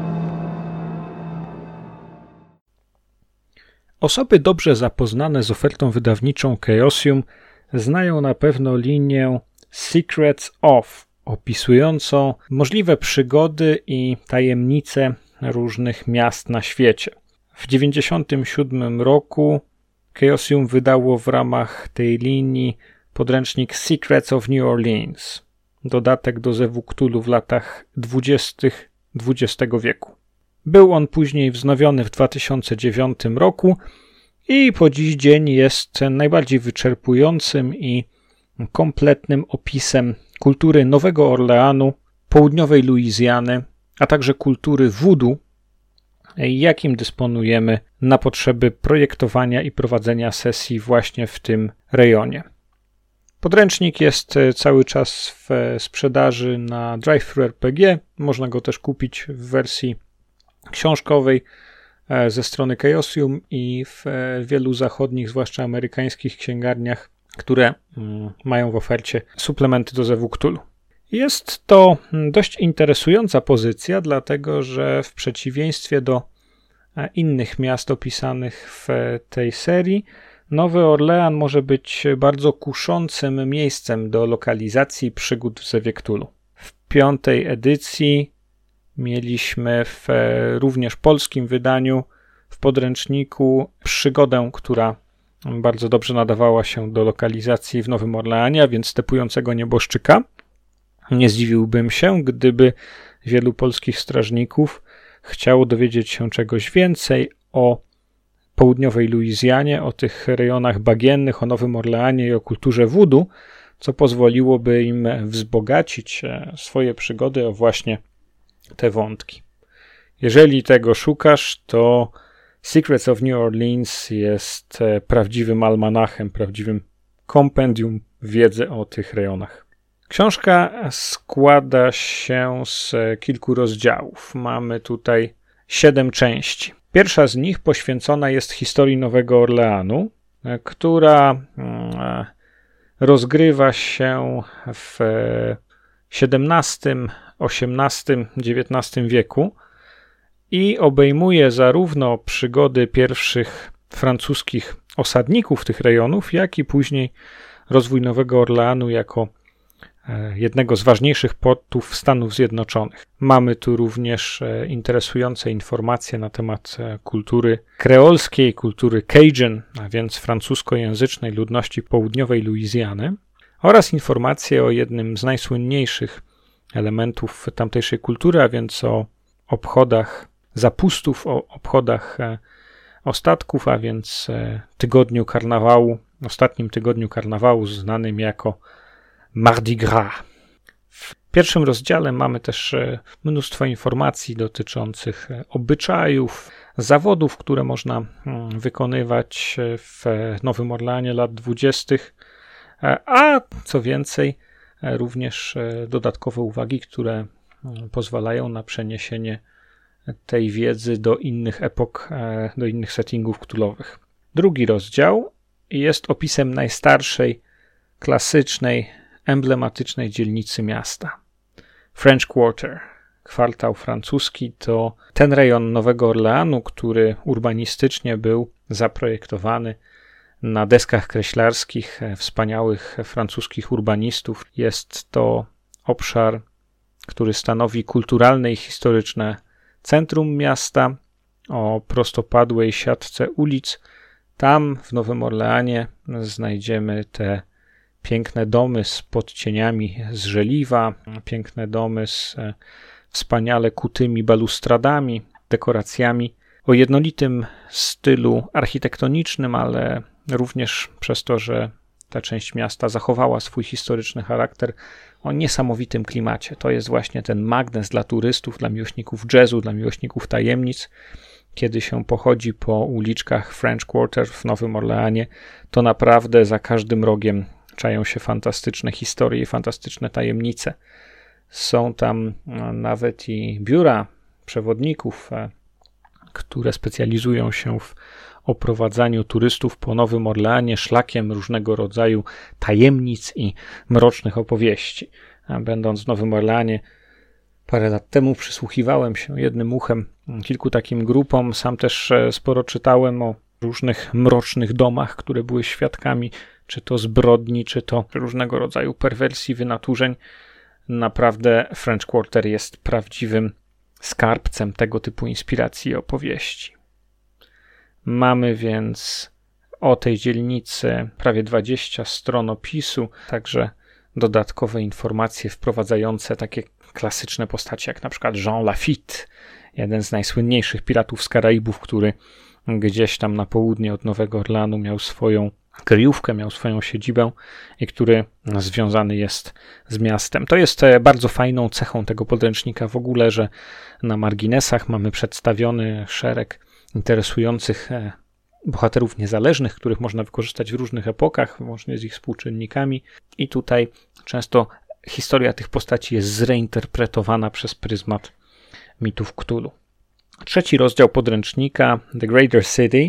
Osoby dobrze zapoznane z ofertą wydawniczą Chaosium znają na pewno linię Secrets of, opisującą możliwe przygody i tajemnice różnych miast na świecie. W dziewięćdziesiątym siódmym roku Chaosium wydało w ramach tej linii podręcznik Secrets of New Orleans, dodatek do Zewu Cthulhu w latach dwudziestych dwudziestego wieku. Był on później wznowiony w dwa tysiące dziewiątym roku i po dziś dzień jest najbardziej wyczerpującym i kompletnym opisem kultury Nowego Orleanu, południowej Luizjany, a także kultury voodoo, jakim dysponujemy na potrzeby projektowania i prowadzenia sesji właśnie w tym rejonie. Podręcznik jest cały czas w sprzedaży na Drive-Thru R P G. Można go też kupić w wersji książkowej ze strony Chaosium i w wielu zachodnich, zwłaszcza amerykańskich księgarniach, które mają w ofercie suplementy do Zewu Cthulhu. Jest to dość interesująca pozycja, dlatego że w przeciwieństwie do innych miast opisanych w tej serii, Nowy Orlean może być bardzo kuszącym miejscem do lokalizacji przygód w Zewie Cthulhu. W piątej edycji mieliśmy w również polskim wydaniu w podręczniku przygodę, która bardzo dobrze nadawała się do lokalizacji w Nowym Orleanie, a więc stepującego nieboszczyka. Nie zdziwiłbym się, gdyby wielu polskich strażników chciało dowiedzieć się czegoś więcej o południowej Luizjanie, o tych rejonach bagiennych, o Nowym Orleanie i o kulturze voodoo, co pozwoliłoby im wzbogacić swoje przygody o właśnie te wątki. Jeżeli tego szukasz, to Secrets of New Orleans jest prawdziwym almanachem, prawdziwym kompendium wiedzy o tych rejonach. Książka składa się z kilku rozdziałów. Mamy tutaj siedem części. Pierwsza z nich poświęcona jest historii Nowego Orleanu, która rozgrywa się w siedemnastym, osiemnastym, dziewiętnastym wieku i obejmuje zarówno przygody pierwszych francuskich osadników tych rejonów, jak i później rozwój Nowego Orleanu jako jednego z ważniejszych portów Stanów Zjednoczonych. Mamy tu również interesujące informacje na temat kultury kreolskiej, kultury Cajun, a więc francuskojęzycznej ludności południowej Luizjany, oraz informacje o jednym z najsłynniejszych elementów tamtejszej kultury, a więc o obchodach zapustów, o obchodach ostatków, a więc tygodniu karnawału, ostatnim tygodniu karnawału znanym jako Mardi Gras. W pierwszym rozdziale mamy też mnóstwo informacji dotyczących obyczajów, zawodów, które można wykonywać w Nowym Orleanie lat dwudziestych, a co więcej, również dodatkowe uwagi, które pozwalają na przeniesienie tej wiedzy do innych epok, do innych settingów cthulhowych. Drugi rozdział jest opisem najstarszej, klasycznej, emblematycznej dzielnicy miasta. French Quarter, kwartał francuski, to ten rejon Nowego Orleanu, który urbanistycznie był zaprojektowany na deskach kreślarskich wspaniałych francuskich urbanistów. Jest to obszar, który stanowi kulturalne i historyczne centrum miasta o prostopadłej siatce ulic. Tam w Nowym Orleanie znajdziemy te piękne domy z podcieniami z żeliwa, piękne domy z wspaniale kutymi balustradami, dekoracjami o jednolitym stylu architektonicznym, ale również przez to, że ta część miasta zachowała swój historyczny charakter, o niesamowitym klimacie. To jest właśnie ten magnes dla turystów, dla miłośników jazzu, dla miłośników tajemnic. Kiedy się pochodzi po uliczkach French Quarter w Nowym Orleanie, to naprawdę za każdym rogiem czają się fantastyczne historie i fantastyczne tajemnice. Są tam nawet i biura przewodników, które specjalizują się w oprowadzaniu turystów po Nowym Orleanie szlakiem różnego rodzaju tajemnic i mrocznych opowieści. A będąc w Nowym Orleanie parę lat temu przysłuchiwałem się jednym uchem kilku takim grupom. Sam też sporo czytałem o różnych mrocznych domach, które były świadkami czy to zbrodni, czy to różnego rodzaju perwersji, wynaturzeń. Naprawdę French Quarter jest prawdziwym skarbcem tego typu inspiracji i opowieści. Mamy więc o tej dzielnicy prawie dwadzieścia stron opisu, także dodatkowe informacje wprowadzające takie klasyczne postacie, jak na przykład Jean Lafitte, jeden z najsłynniejszych piratów z Karaibów, który gdzieś tam na południe od Nowego Orleanu miał swoją kryjówkę, miał swoją siedzibę i który związany jest z miastem. To jest bardzo fajną cechą tego podręcznika w ogóle, że na marginesach mamy przedstawiony szereg interesujących bohaterów niezależnych, których można wykorzystać w różnych epokach, łącznie z ich współczynnikami, i tutaj często historia tych postaci jest zreinterpretowana przez pryzmat mitów Cthulhu. Trzeci rozdział podręcznika, The Greater City,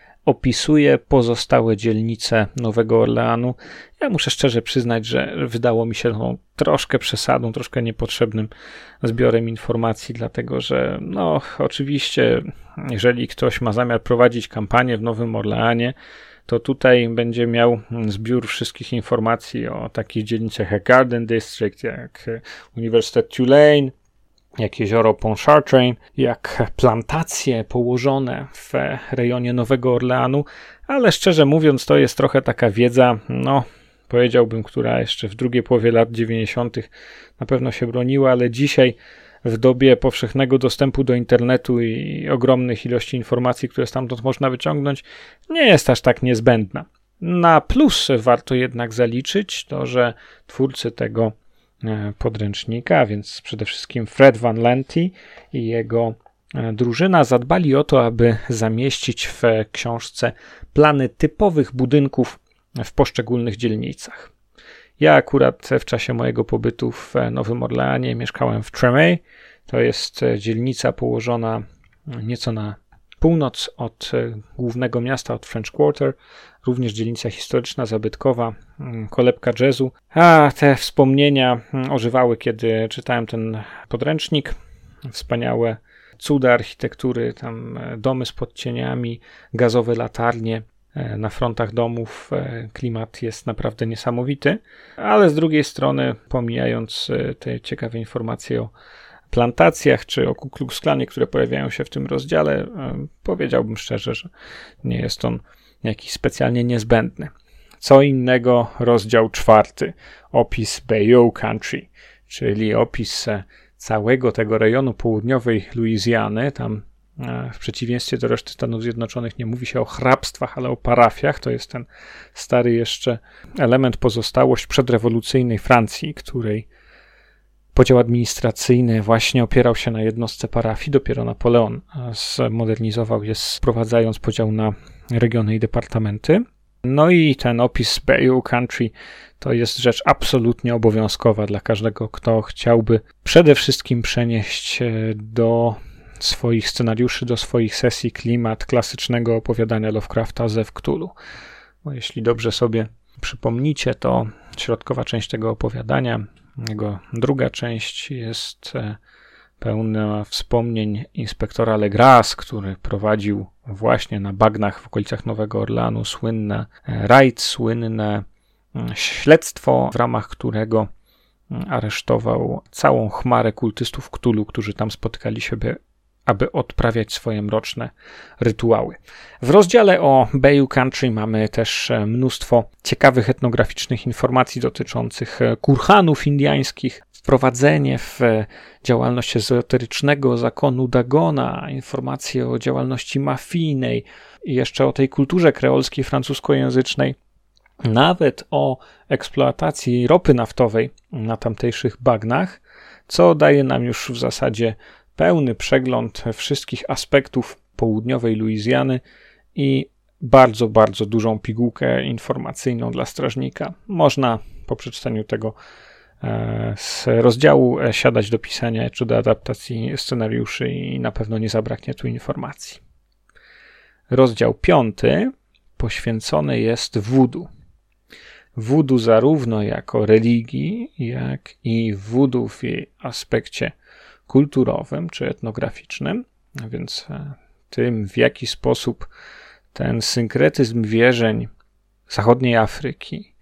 opisuje pozostałe dzielnice Nowego Orleanu. Ja muszę szczerze przyznać, że wydało mi się to troszkę przesadą, troszkę niepotrzebnym zbiorem informacji, dlatego że no oczywiście, jeżeli ktoś ma zamiar prowadzić kampanię w Nowym Orleanie, to tutaj będzie miał zbiór wszystkich informacji o takich dzielnicach jak Garden District, jak Uniwersytet Tulane, jak jezioro Pontchartrain, jak plantacje położone w rejonie Nowego Orleanu, ale szczerze mówiąc to jest trochę taka wiedza, no powiedziałbym, która jeszcze w drugiej połowie lat dziewięćdziesiątych na pewno się broniła, ale dzisiaj w dobie powszechnego dostępu do internetu i ogromnych ilości informacji, które stamtąd można wyciągnąć, nie jest aż tak niezbędna. Na plus warto jednak zaliczyć to, że twórcy tego podręcznika, a więc przede wszystkim Fred Van Lente i jego drużyna zadbali o to, aby zamieścić w książce plany typowych budynków w poszczególnych dzielnicach. Ja akurat w czasie mojego pobytu w Nowym Orleanie mieszkałem w Tremé. To jest dzielnica położona nieco na północ od głównego miasta, od French Quarter, również dzielnica historyczna, zabytkowa, kolebka jazzu. A te wspomnienia ożywały, kiedy czytałem ten podręcznik. Wspaniałe cuda architektury, tam domy z podcieniami, gazowe latarnie na frontach domów. Klimat jest naprawdę niesamowity, ale z drugiej strony, pomijając te ciekawe informacje o plantacjach czy o Ku Klux Klanie, które pojawiają się w tym rozdziale, powiedziałbym szczerze, że nie jest on jakiś specjalnie niezbędny. Co innego rozdział czwarty, opis Bayou Country, czyli opis całego tego rejonu południowej Luizjany. Tam w przeciwieństwie do reszty Stanów Zjednoczonych nie mówi się o hrabstwach, ale o parafiach. To jest ten stary jeszcze element, pozostałość przedrewolucyjnej Francji, której Podział administracyjny właśnie opierał się na jednostce parafii. Dopiero Napoleon zmodernizował je, sprowadzając podział na regiony i departamenty. No i ten opis Bayeux Country to jest rzecz absolutnie obowiązkowa dla każdego, kto chciałby przede wszystkim przenieść do swoich scenariuszy, do swoich sesji klimat klasycznego opowiadania Lovecrafta Zew Cthulhu. Bo jeśli dobrze sobie przypomnicie, to środkowa część tego opowiadania, jego druga część jest pełna wspomnień inspektora Legras, który prowadził właśnie na bagnach w okolicach Nowego Orleanu słynne rajd, słynne śledztwo, w ramach którego aresztował całą chmarę kultystów Cthulhu, którzy tam spotykali się, by, aby odprawiać swoje mroczne rytuały. W rozdziale o Bayeux Country mamy też mnóstwo ciekawych etnograficznych informacji dotyczących kurhanów indiańskich, wprowadzenie w działalność ezoterycznego zakonu Dagona, informacje o działalności mafijnej i jeszcze o tej kulturze kreolskiej, francuskojęzycznej, nawet o eksploatacji ropy naftowej na tamtejszych bagnach, co daje nam już w zasadzie pełny przegląd wszystkich aspektów południowej Luizjany i bardzo, bardzo dużą pigułkę informacyjną dla strażnika. Można po przeczytaniu tego z rozdziału siadać do pisania czy do adaptacji scenariuszy i na pewno nie zabraknie tu informacji. Rozdział piąty poświęcony jest voodoo. Voodoo zarówno jako religii, jak i voodoo w jej aspekcie kulturowym czy etnograficznym, a więc tym, w jaki sposób ten synkretyzm wierzeń zachodniej Afryki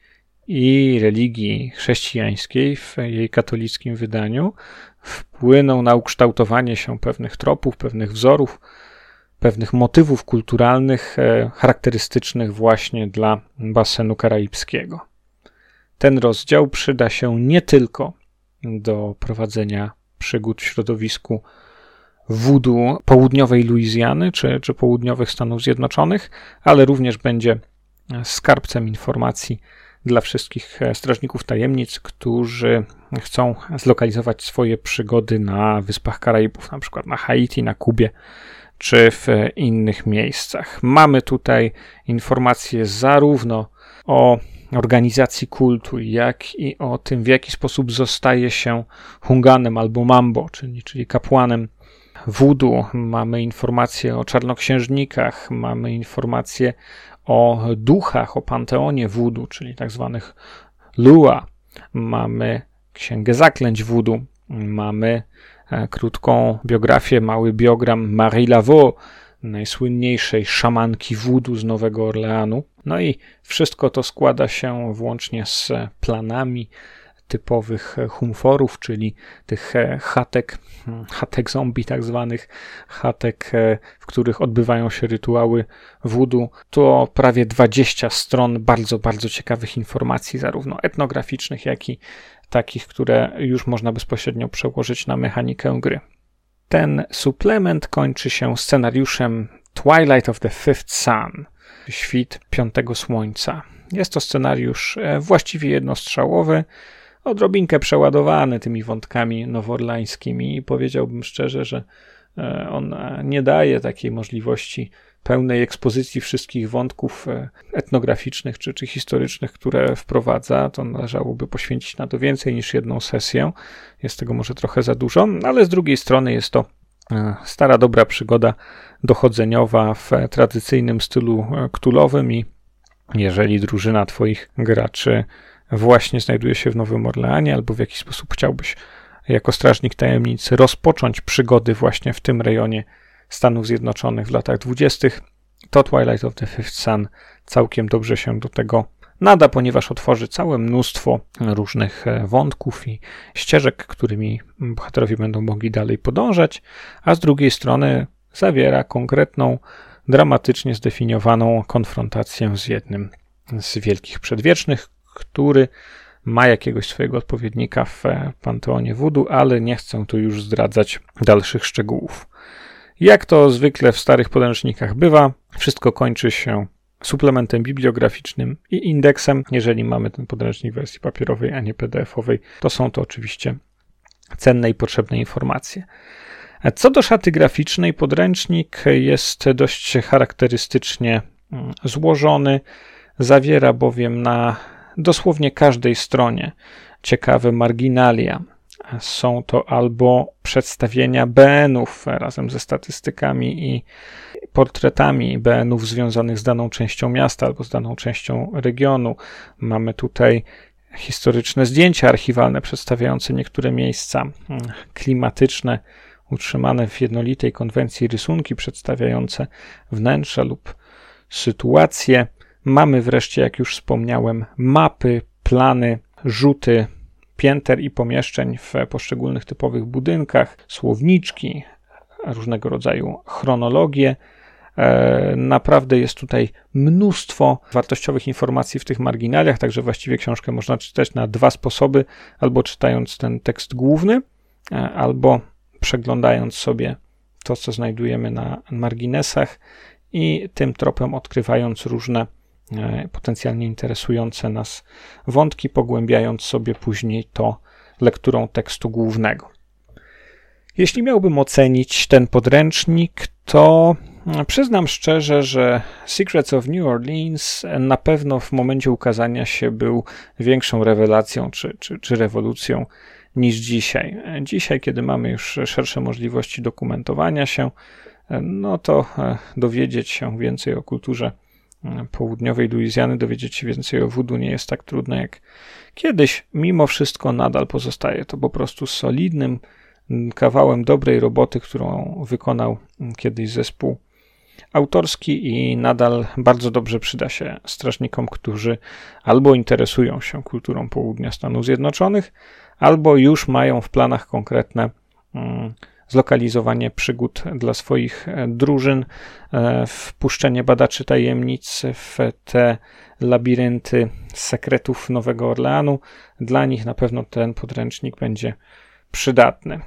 i religii chrześcijańskiej w jej katolickim wydaniu wpłynął na ukształtowanie się pewnych tropów, pewnych wzorów, pewnych motywów kulturalnych charakterystycznych właśnie dla basenu karaibskiego. Ten rozdział przyda się nie tylko do prowadzenia przygód w środowisku voodoo południowej Luizjany czy, czy południowych Stanów Zjednoczonych, ale również będzie skarbcem informacji dla wszystkich strażników tajemnic, którzy chcą zlokalizować swoje przygody na Wyspach Karaibów, na przykład na Haiti, na Kubie czy w innych miejscach. Mamy tutaj informacje zarówno o organizacji kultu, jak i o tym, w jaki sposób zostaje się hunganem albo mambo, czyli, czyli kapłanem voodoo. Mamy informacje o czarnoksiężnikach, mamy informacje o duchach, o panteonie voodoo, czyli tak zwanych lua. Mamy księgę zaklęć voodoo, mamy krótką biografię, mały biogram Marie Laveau, najsłynniejszej szamanki voodoo z Nowego Orleanu. No i wszystko to składa się włącznie z planami typowych humforów, czyli tych chatek, chatek zombie tak zwanych, chatek, w których odbywają się rytuały voodoo. To prawie dwadzieścia stron bardzo, bardzo ciekawych informacji, zarówno etnograficznych, jak i takich, które już można bezpośrednio przełożyć na mechanikę gry. Ten suplement kończy się scenariuszem Twilight of the Fifth Sun, Świt Piątego Słońca. Jest to scenariusz właściwie jednostrzałowy, odrobinkę przeładowany tymi wątkami nowoorlańskimi i powiedziałbym szczerze, że on nie daje takiej możliwości pełnej ekspozycji wszystkich wątków etnograficznych czy, czy historycznych, które wprowadza. To należałoby poświęcić na to więcej niż jedną sesję. Jest tego może trochę za dużo, ale z drugiej strony jest to stara, dobra przygoda dochodzeniowa w tradycyjnym stylu cthulhowym i jeżeli drużyna twoich graczy właśnie znajduje się w Nowym Orleanie albo w jakiś sposób chciałbyś jako strażnik tajemnicy rozpocząć przygody właśnie w tym rejonie Stanów Zjednoczonych w latach dwudziestych, to Twilight of the Fifth Sun całkiem dobrze się do tego nada, ponieważ otworzy całe mnóstwo różnych wątków i ścieżek, którymi bohaterowie będą mogli dalej podążać, a z drugiej strony zawiera konkretną, dramatycznie zdefiniowaną konfrontację z jednym z wielkich przedwiecznych, który ma jakiegoś swojego odpowiednika w panteonie voodoo, ale nie chcę tu już zdradzać dalszych szczegółów. Jak to zwykle w starych podręcznikach bywa, wszystko kończy się suplementem bibliograficznym i indeksem. Jeżeli mamy ten podręcznik w wersji papierowej, a nie P D F owej, to są to oczywiście cenne i potrzebne informacje. Co do szaty graficznej, podręcznik jest dość charakterystycznie złożony, zawiera bowiem na dosłownie każdej stronie ciekawe marginalia. Są to albo przedstawienia B N-ów razem ze statystykami i portretami B N-ów związanych z daną częścią miasta albo z daną częścią regionu. Mamy tutaj historyczne zdjęcia archiwalne przedstawiające niektóre miejsca klimatyczne, utrzymane w jednolitej konwencji rysunki przedstawiające wnętrza lub sytuacje. Mamy wreszcie, jak już wspomniałem, mapy, plany, rzuty pięter i pomieszczeń w poszczególnych typowych budynkach, słowniczki, różnego rodzaju chronologie. Naprawdę jest tutaj mnóstwo wartościowych informacji w tych marginaliach, także właściwie książkę można czytać na dwa sposoby, albo czytając ten tekst główny, albo przeglądając sobie to, co znajdujemy na marginesach i tym tropem odkrywając różne potencjalnie interesujące nas wątki, pogłębiając sobie później to lekturą tekstu głównego. Jeśli miałbym ocenić ten podręcznik, to przyznam szczerze, że Secrets of New Orleans na pewno w momencie ukazania się był większą rewelacją czy, czy, czy rewolucją niż dzisiaj. Dzisiaj, kiedy mamy już szersze możliwości dokumentowania się, no to dowiedzieć się więcej o kulturze południowej Luizjany, dowiedzieć się więcej o voodoo nie jest tak trudne jak kiedyś. Mimo wszystko nadal pozostaje to po prostu solidnym kawałem dobrej roboty, którą wykonał kiedyś zespół autorski i nadal bardzo dobrze przyda się strażnikom, którzy albo interesują się kulturą południa Stanów Zjednoczonych, albo już mają w planach konkretne mm, zlokalizowanie przygód dla swoich drużyn, wpuszczenie badaczy tajemnic w te labirynty sekretów Nowego Orleanu. Dla nich na pewno ten podręcznik będzie przydatny.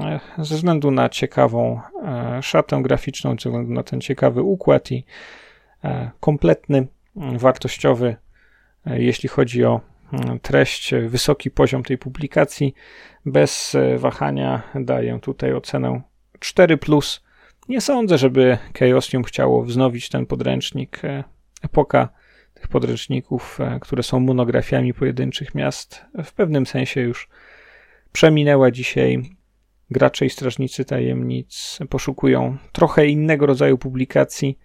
Ze względu na ciekawą szatę graficzną, ze względu na ten ciekawy układ i kompletny, wartościowy, jeśli chodzi o treść, wysoki poziom tej publikacji, bez wahania daję tutaj ocenę cztery plus. Nie sądzę, żeby Chaosium chciało wznowić ten podręcznik. Epoka tych podręczników, które są monografiami pojedynczych miast, w pewnym sensie już przeminęła. Dzisiaj gracze i strażnicy tajemnic poszukują trochę innego rodzaju publikacji,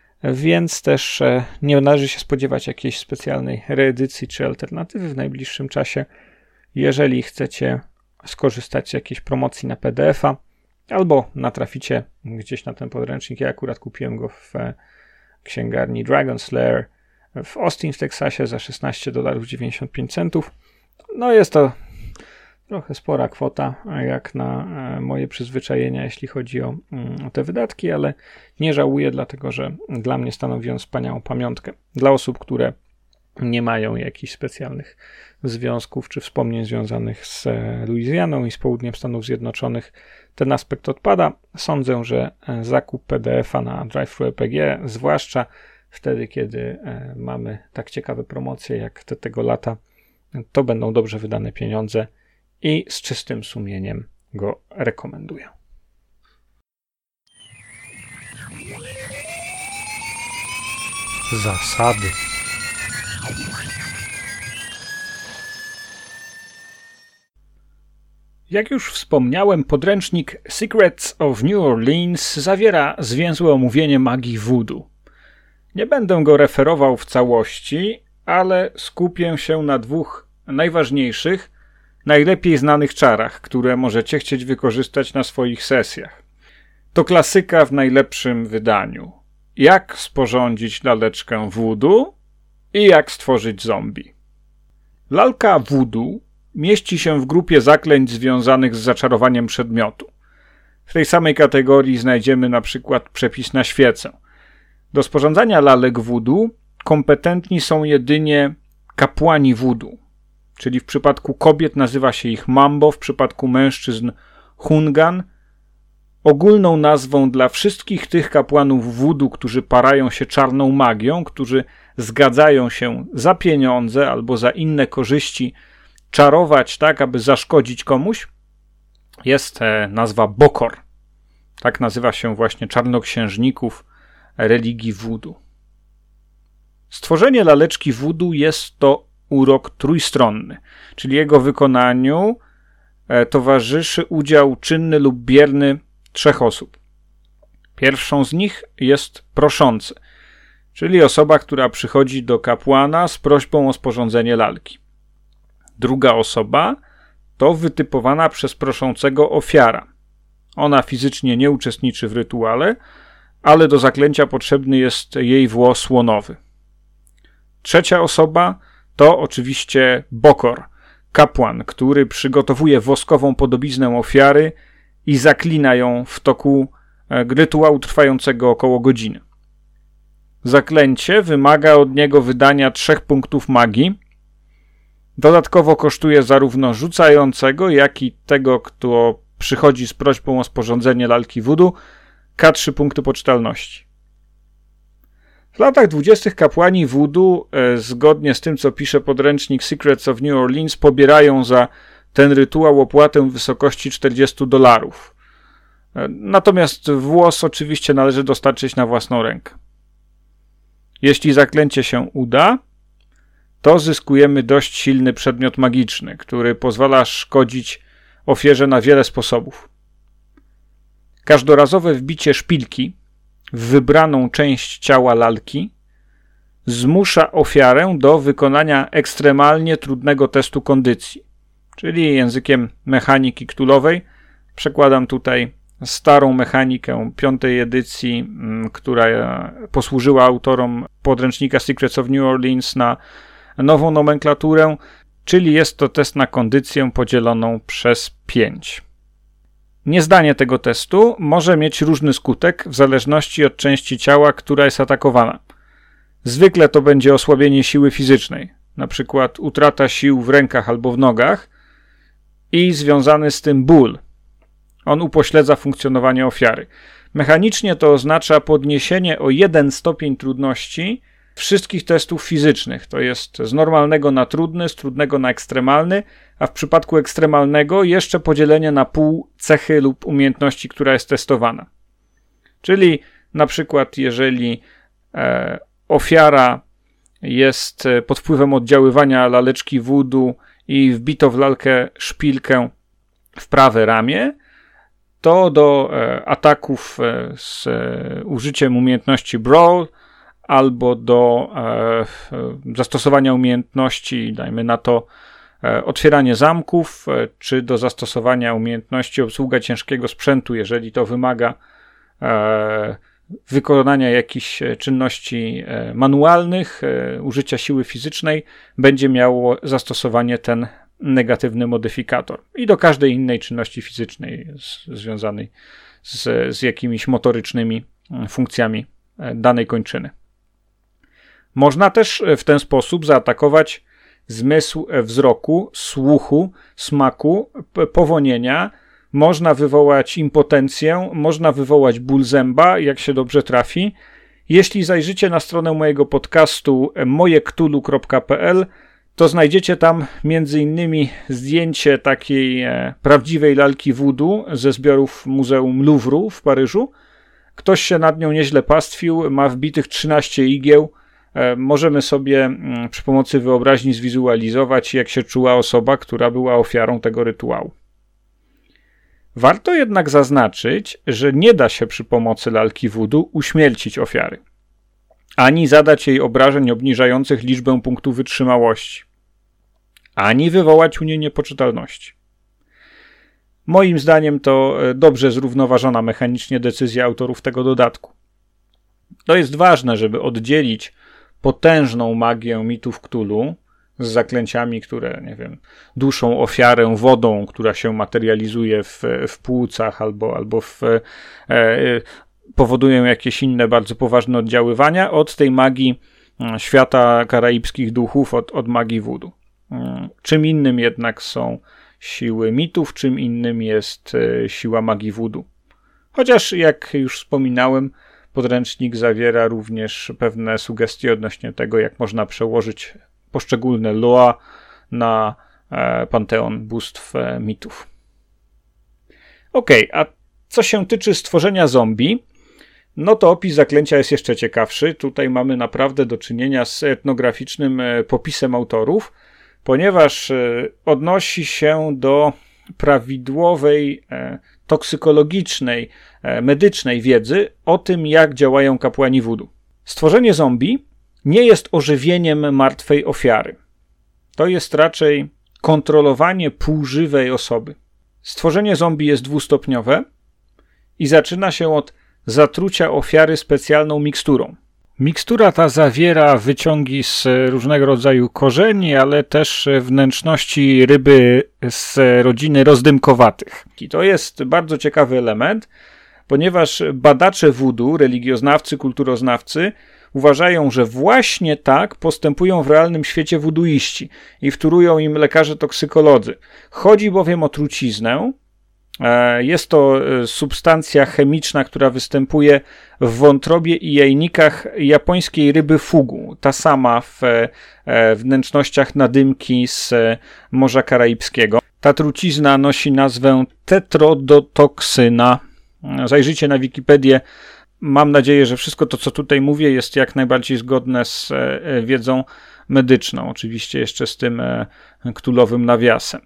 więc też nie należy się spodziewać jakiejś specjalnej reedycji czy alternatywy w najbliższym czasie. Jeżeli chcecie skorzystać z jakiejś promocji na P D F-a albo natraficie gdzieś na ten podręcznik, ja akurat kupiłem go w księgarni Dragon Slayer w Austin w Teksasie za szesnaście dolarów dziewięćdziesiąt pięć centów. No jest to trochę spora kwota, jak na moje przyzwyczajenia, jeśli chodzi o, o te wydatki, ale nie żałuję, dlatego że dla mnie stanowi on wspaniałą pamiątkę. Dla osób, które nie mają jakichś specjalnych związków czy wspomnień związanych z Luizjaną i z południem Stanów Zjednoczonych, ten aspekt odpada. Sądzę, że zakup P D F-a na Drive-Thru R P G, zwłaszcza wtedy, kiedy mamy tak ciekawe promocje jak te tego lata, to będą dobrze wydane pieniądze i z czystym sumieniem go rekomenduję. Zasady. Jak już wspomniałem, podręcznik Secrets of New Orleans zawiera zwięzłe omówienie magii voodoo. Nie będę go referował w całości, ale skupię się na dwóch najważniejszych, najlepiej znanych czarach, które możecie chcieć wykorzystać na swoich sesjach. To klasyka w najlepszym wydaniu. Jak sporządzić laleczkę voodoo i jak stworzyć zombie. Lalka voodoo mieści się w grupie zaklęć związanych z zaczarowaniem przedmiotu. W tej samej kategorii znajdziemy na przykład przepis na świecę. Do sporządzania lalek voodoo kompetentni są jedynie kapłani voodoo, czyli w przypadku kobiet nazywa się ich mambo, w przypadku mężczyzn hungan. Ogólną nazwą dla wszystkich tych kapłanów voodoo, którzy parają się czarną magią, którzy zgadzają się za pieniądze albo za inne korzyści czarować tak, aby zaszkodzić komuś, jest nazwa Bokor. Tak nazywa się właśnie czarnoksiężników religii voodoo. Stworzenie laleczki voodoo jest to urok trójstronny, czyli jego wykonaniu towarzyszy udział czynny lub bierny trzech osób. Pierwszą z nich jest proszący, czyli osoba, która przychodzi do kapłana z prośbą o sporządzenie lalki. Druga osoba to wytypowana przez proszącego ofiara. Ona fizycznie nie uczestniczy w rytuale, ale do zaklęcia potrzebny jest jej włos słonowy. Trzecia osoba to oczywiście Bokor, kapłan, który przygotowuje woskową podobiznę ofiary i zaklina ją w toku rytuału trwającego około godziny. Zaklęcie wymaga od niego wydania trzech punktów magii. Dodatkowo kosztuje zarówno rzucającego, jak i tego, kto przychodzi z prośbą o sporządzenie lalki voodoo, K trzy punkty poczytalności. W latach dwudziestych kapłani voodoo, e, zgodnie z tym, co pisze podręcznik Secrets of New Orleans, pobierają za ten rytuał opłatę w wysokości czterdzieści dolarów. E, natomiast włos oczywiście należy dostarczyć na własną rękę. Jeśli zaklęcie się uda, to zyskujemy dość silny przedmiot magiczny, który pozwala szkodzić ofierze na wiele sposobów. Każdorazowe wbicie szpilki w wybraną część ciała lalki zmusza ofiarę do wykonania ekstremalnie trudnego testu kondycji, czyli językiem mechaniki ktulowej. Przekładam tutaj starą mechanikę piątej edycji, która posłużyła autorom podręcznika Secrets of New Orleans na nową nomenklaturę, czyli jest to test na kondycję podzieloną przez pięć. Niezdanie tego testu może mieć różny skutek w zależności od części ciała, która jest atakowana. Zwykle to będzie osłabienie siły fizycznej, na przykład utrata sił w rękach albo w nogach i związany z tym ból. On upośledza funkcjonowanie ofiary. Mechanicznie to oznacza podniesienie o jeden stopień trudności wszystkich testów fizycznych. To jest z normalnego na trudny, z trudnego na ekstremalny, a w przypadku ekstremalnego jeszcze podzielenie na pół cechy lub umiejętności, która jest testowana. Czyli na przykład jeżeli e, ofiara jest pod wpływem oddziaływania laleczki voodoo i wbito w lalkę szpilkę w prawe ramię, to do e, ataków e, z e, użyciem umiejętności Brawl albo do e, zastosowania umiejętności, dajmy na to, e, otwieranie zamków, e, czy do zastosowania umiejętności obsługa ciężkiego sprzętu, jeżeli to wymaga e, wykonania jakichś czynności e, manualnych, e, użycia siły fizycznej, będzie miało zastosowanie ten negatywny modyfikator. I do każdej innej czynności fizycznej z, związanej z, z jakimiś motorycznymi funkcjami danej kończyny. Można też w ten sposób zaatakować zmysł wzroku, słuchu, smaku, powonienia. Można wywołać impotencję, można wywołać ból zęba, jak się dobrze trafi. Jeśli zajrzycie na stronę mojego podcastu moje ktulu kropka p l, to znajdziecie tam między innymi zdjęcie takiej e, prawdziwej lalki voodoo ze zbiorów Muzeum Louvru w Paryżu. Ktoś się nad nią nieźle pastwił, ma wbitych trzynaście igieł. E, możemy sobie m, przy pomocy wyobraźni zwizualizować, jak się czuła osoba, która była ofiarą tego rytuału. Warto jednak zaznaczyć, że nie da się przy pomocy lalki voodoo uśmiercić ofiary, ani zadać jej obrażeń obniżających liczbę punktów wytrzymałości, ani wywołać u niej niepoczytalności. Moim zdaniem to dobrze zrównoważona mechanicznie decyzja autorów tego dodatku. To jest ważne, żeby oddzielić potężną magię mitów Cthulhu z zaklęciami, które, nie wiem, duszą ofiarę wodą, która się materializuje w, w płucach albo, albo w, e, powodują jakieś inne bardzo poważne oddziaływania, od tej magii świata karaibskich duchów, od, od magii voodoo. Czym innym jednak są siły mitów, czym innym jest siła magii voodoo. Chociaż, jak już wspominałem, podręcznik zawiera również pewne sugestie odnośnie tego, jak można przełożyć poszczególne loa na panteon bóstw mitów. Okej, okay, a co się tyczy stworzenia zombie, no to opis zaklęcia jest jeszcze ciekawszy. Tutaj mamy naprawdę do czynienia z etnograficznym popisem autorów, ponieważ odnosi się do prawidłowej, toksykologicznej, medycznej wiedzy o tym, jak działają kapłani wudu. Stworzenie zombie nie jest ożywieniem martwej ofiary. To jest raczej kontrolowanie półżywej osoby. Stworzenie zombie jest dwustopniowe i zaczyna się od zatrucia ofiary specjalną miksturą. Mikstura ta zawiera wyciągi z różnego rodzaju korzeni, ale też wnętrzności ryby z rodziny rozdymkowatych. I to jest bardzo ciekawy element, ponieważ badacze wudu, religioznawcy, kulturoznawcy uważają, że właśnie tak postępują w realnym świecie wuduiści i wtórują im lekarze toksykolodzy. Chodzi bowiem o truciznę. Jest to substancja chemiczna, która występuje w wątrobie i jajnikach japońskiej ryby fugu. Ta sama w wnętrznościach nadymki z Morza Karaibskiego. Ta trucizna nosi nazwę tetrodotoksyna. Zajrzyjcie na Wikipedię. Mam nadzieję, że wszystko to, co tutaj mówię, jest jak najbardziej zgodne z wiedzą medyczną. Oczywiście jeszcze z tym ktulowym nawiasem.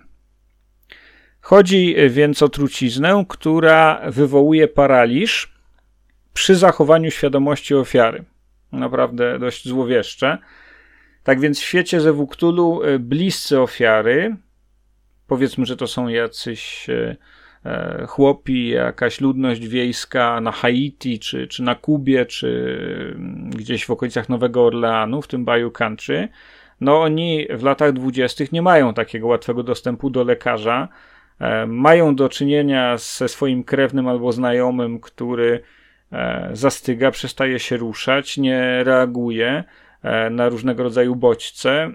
Chodzi więc o truciznę, która wywołuje paraliż przy zachowaniu świadomości ofiary. Naprawdę dość złowieszcze. Tak więc w świecie Zewu Ktulu bliscy ofiary, powiedzmy, że to są jacyś chłopi, jakaś ludność wiejska na Haiti, czy, czy na Kubie, czy gdzieś w okolicach Nowego Orleanu, w tym Bayou Country, no oni w latach dwudziestych nie mają takiego łatwego dostępu do lekarza. Mają do czynienia ze swoim krewnym albo znajomym, który zastyga, przestaje się ruszać, nie reaguje na różnego rodzaju bodźce.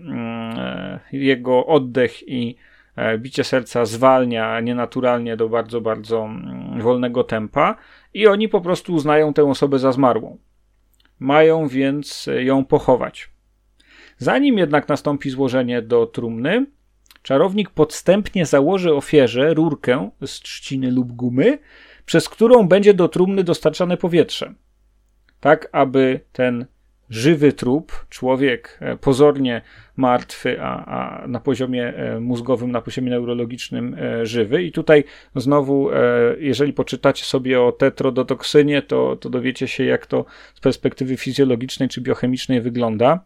Jego oddech i bicie serca zwalnia nienaturalnie do bardzo, bardzo wolnego tempa i oni po prostu uznają tę osobę za zmarłą. Mają więc ją pochować. Zanim jednak nastąpi złożenie do trumny, czarownik podstępnie założy ofierze rurkę z trzciny lub gumy, przez którą będzie do trumny dostarczane powietrze. Tak, aby ten żywy trup, człowiek pozornie martwy, a, a na poziomie mózgowym, na poziomie neurologicznym żywy. I tutaj znowu, jeżeli poczytacie sobie o tetrodotoksynie, to, to dowiecie się, jak to z perspektywy fizjologicznej czy biochemicznej wygląda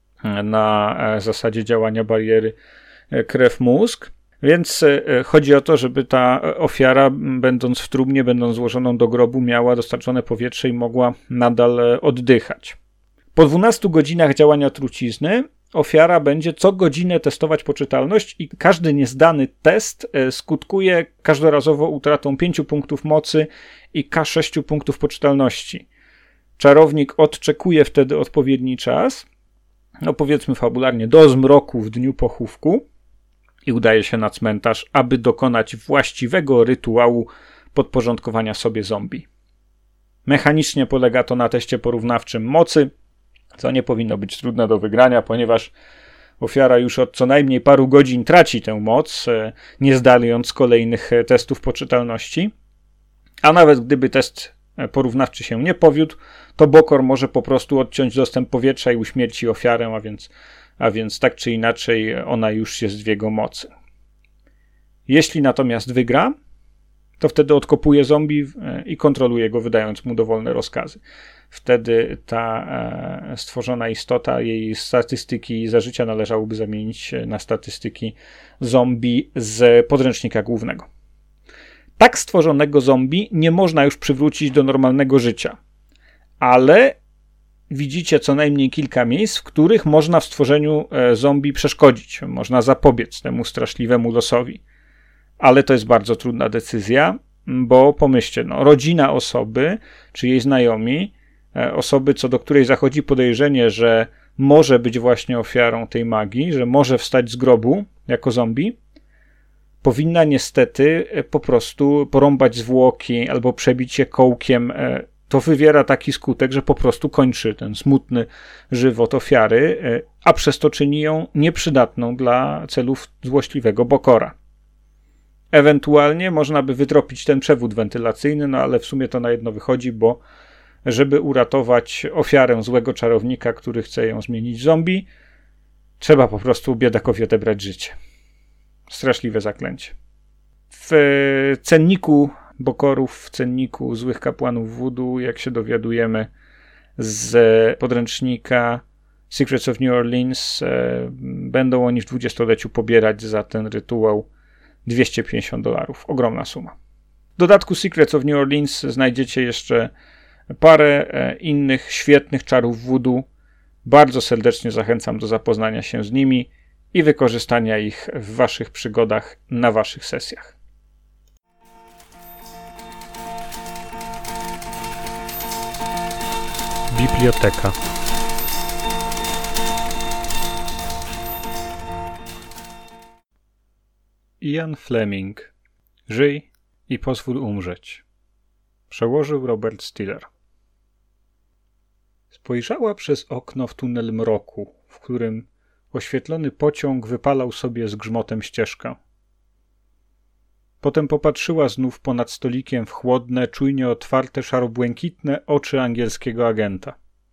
na zasadzie działania bariery krew-mózg. Więc chodzi o to, żeby ta ofiara, będąc w trumnie, będąc złożoną do grobu, miała dostarczone powietrze i mogła nadal oddychać. Po dwunastu godzinach działania trucizny ofiara będzie co godzinę testować poczytalność i każdy niezdany test skutkuje każdorazowo utratą pięciu punktów mocy i K sześć punktów poczytalności. Czarownik odczekuje wtedy odpowiedni czas, no powiedzmy fabularnie do zmroku w dniu pochówku, i udaje się na cmentarz, aby dokonać właściwego rytuału podporządkowania sobie zombie. Mechanicznie polega to na teście porównawczym mocy, co nie powinno być trudne do wygrania, ponieważ ofiara już od co najmniej paru godzin traci tę moc, nie zdając kolejnych testów poczytalności. A nawet gdyby test porównawczy się nie powiódł, to Bokor może po prostu odciąć dostęp powietrza i uśmierci ofiarę, a więc a więc tak czy inaczej ona już jest w jego mocy. Jeśli natomiast wygra, to wtedy odkopuje zombie i kontroluje go, wydając mu dowolne rozkazy. Wtedy ta stworzona istota, jej statystyki za życia należałoby zamienić na statystyki zombie z podręcznika głównego. Tak stworzonego zombie nie można już przywrócić do normalnego życia, ale widzicie co najmniej kilka miejsc, w których można w stworzeniu zombie przeszkodzić. Można zapobiec temu straszliwemu losowi. Ale to jest bardzo trudna decyzja, bo pomyślcie, no, rodzina osoby, czy jej znajomi, osoby, co do której zachodzi podejrzenie, że może być właśnie ofiarą tej magii, że może wstać z grobu jako zombie, powinna niestety po prostu porąbać zwłoki albo przebić je kołkiem. To wywiera taki skutek, że po prostu kończy ten smutny żywot ofiary, a przez to czyni ją nieprzydatną dla celów złośliwego Bokora. Ewentualnie można by wytropić ten przewód wentylacyjny, no ale w sumie to na jedno wychodzi, bo żeby uratować ofiarę złego czarownika, który chce ją zmienić w zombie, trzeba po prostu biedakowi odebrać życie. Straszliwe zaklęcie. W cenniku Bokorów, w cenniku złych kapłanów voodoo, jak się dowiadujemy z podręcznika Secrets of New Orleans, e, będą oni w dwudziestoleciu pobierać za ten rytuał dwieście pięćdziesiąt dolarów. Ogromna suma. W dodatku Secrets of New Orleans znajdziecie jeszcze parę e, innych świetnych czarów voodoo. Bardzo serdecznie zachęcam do zapoznania się z nimi i wykorzystania ich w waszych przygodach na waszych sesjach. Biblioteka. Ian Fleming. Żyj i pozwól umrzeć. Przełożył Robert Stiller. Spojrzała przez okno w tunel mroku, w którym oświetlony pociąg wypalał sobie z grzmotem ścieżkę. Potem popatrzyła znów ponad stolikiem w chłodne, czujnie otwarte, szaro-błękitne oczy angielskiego agenta.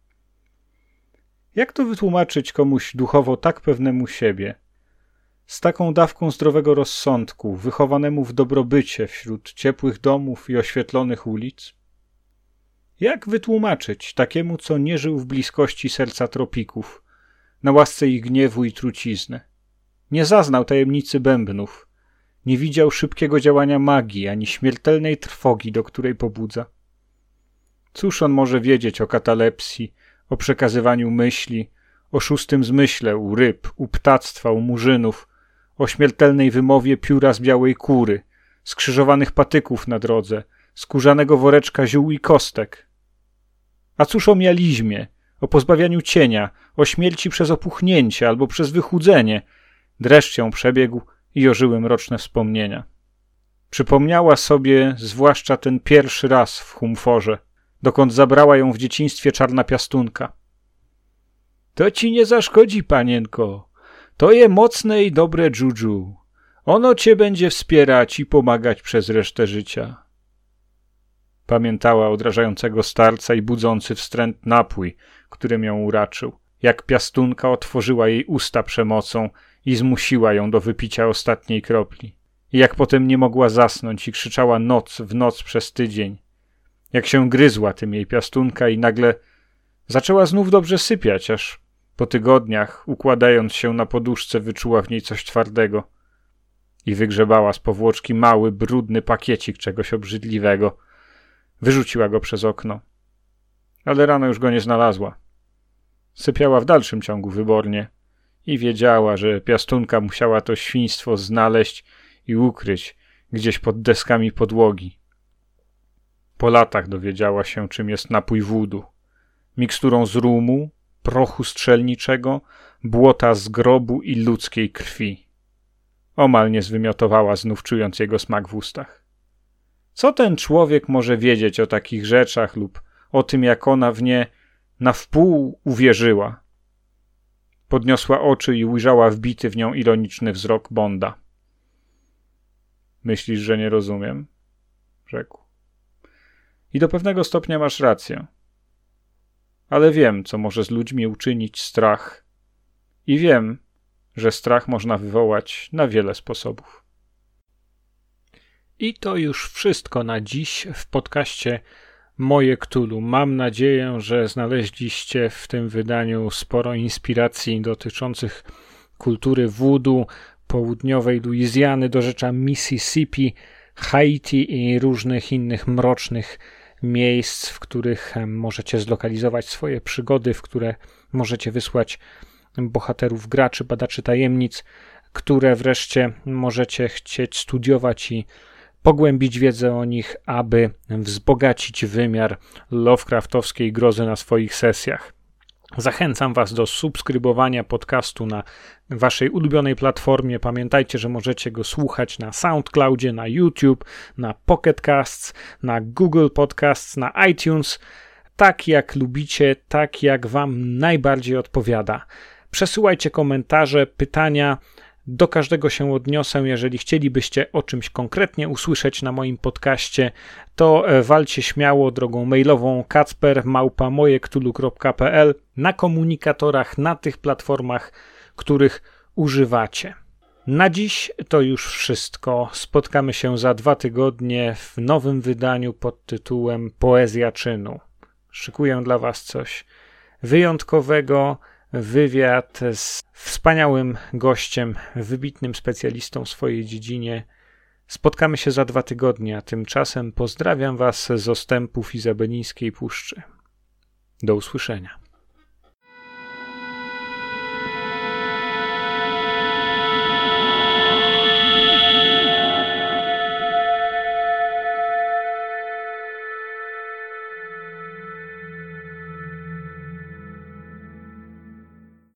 Jak to wytłumaczyć komuś duchowo tak pewnemu siebie, z taką dawką zdrowego rozsądku, wychowanemu w dobrobycie wśród ciepłych domów i oświetlonych ulic? Jak wytłumaczyć takiemu, co nie żył w bliskości serca tropików, na łasce ich gniewu i trucizny? Nie zaznał tajemnicy bębnów, nie widział szybkiego działania magii, ani śmiertelnej trwogi, do której pobudza. Cóż on może wiedzieć o katalepsji, o przekazywaniu myśli, o szóstym zmyśle u ryb, u ptactwa, u murzynów, o śmiertelnej wymowie pióra z białej kury, skrzyżowanych patyków na drodze, skórzanego woreczka ziół i kostek? A cóż o mializmie, o pozbawianiu cienia, o śmierci przez opuchnięcie albo przez wychudzenie? Dreszcz ją przebiegł i ożyły mroczne wspomnienia. Przypomniała sobie zwłaszcza ten pierwszy raz w Humforze, dokąd zabrała ją w dzieciństwie czarna piastunka. To ci nie zaszkodzi, panienko. To je mocne i dobre dżudżu. Ono cię będzie wspierać i pomagać przez resztę życia. Pamiętała odrażającego starca i budzący wstręt napój, którym ją uraczył, jak piastunka otworzyła jej usta przemocą i zmusiła ją do wypicia ostatniej kropli. I jak potem nie mogła zasnąć i krzyczała noc w noc przez tydzień. Jak się gryzła tym jej piastunka i nagle zaczęła znów dobrze sypiać, aż po tygodniach, układając się na poduszce, wyczuła w niej coś twardego i wygrzebała z powłoczki mały, brudny pakiecik czegoś obrzydliwego. Wyrzuciła go przez okno. Ale rano już go nie znalazła. Sypiała w dalszym ciągu wybornie i wiedziała, że piastunka musiała to świństwo znaleźć i ukryć gdzieś pod deskami podłogi. Po latach dowiedziała się, czym jest napój voodoo. Miksturą z rumu, prochu strzelniczego, błota z grobu i ludzkiej krwi. Omal nie zwymiotowała, znów czując jego smak w ustach. Co ten człowiek może wiedzieć o takich rzeczach lub o tym, jak ona w nie na wpół uwierzyła? Podniosła oczy i ujrzała wbity w nią ironiczny wzrok Bonda. Myślisz, że nie rozumiem? Rzekł. I do pewnego stopnia masz rację. Ale wiem, co może z ludźmi uczynić strach. I wiem, że strach można wywołać na wiele sposobów. I to już wszystko na dziś w podcaście Moje Cthulhu. Mam nadzieję, że znaleźliście w tym wydaniu sporo inspiracji dotyczących kultury voodoo, południowej Luizjany, do rzecza Mississippi, Haiti i różnych innych mrocznych miejsc, w których możecie zlokalizować swoje przygody, w które możecie wysłać bohaterów, graczy, badaczy tajemnic, które wreszcie możecie chcieć studiować i pogłębić wiedzę o nich, aby wzbogacić wymiar lovecraftowskiej grozy na swoich sesjach. Zachęcam Was do subskrybowania podcastu na Waszej ulubionej platformie. Pamiętajcie, że możecie go słuchać na SoundCloudzie, na YouTube, na Pocket Casts, na Google Podcasts, na iTunes. Tak jak lubicie, tak jak Wam najbardziej odpowiada. Przesyłajcie komentarze, pytania, Do każdego się odniosę. Jeżeli chcielibyście o czymś konkretnie usłyszeć na moim podcaście, to walcie śmiało drogą mailową kacper małpa mojektulu kropka p l na komunikatorach, na tych platformach, których używacie. Na dziś to już wszystko. Spotkamy się za dwa tygodnie w nowym wydaniu pod tytułem Poezja czynu. Szykuję dla was coś wyjątkowego, wywiad z wspaniałym gościem, wybitnym specjalistą w swojej dziedzinie. Spotkamy się za dwa tygodnie, a tymczasem pozdrawiam was z ostępów Izabelińskiej Puszczy. Do usłyszenia.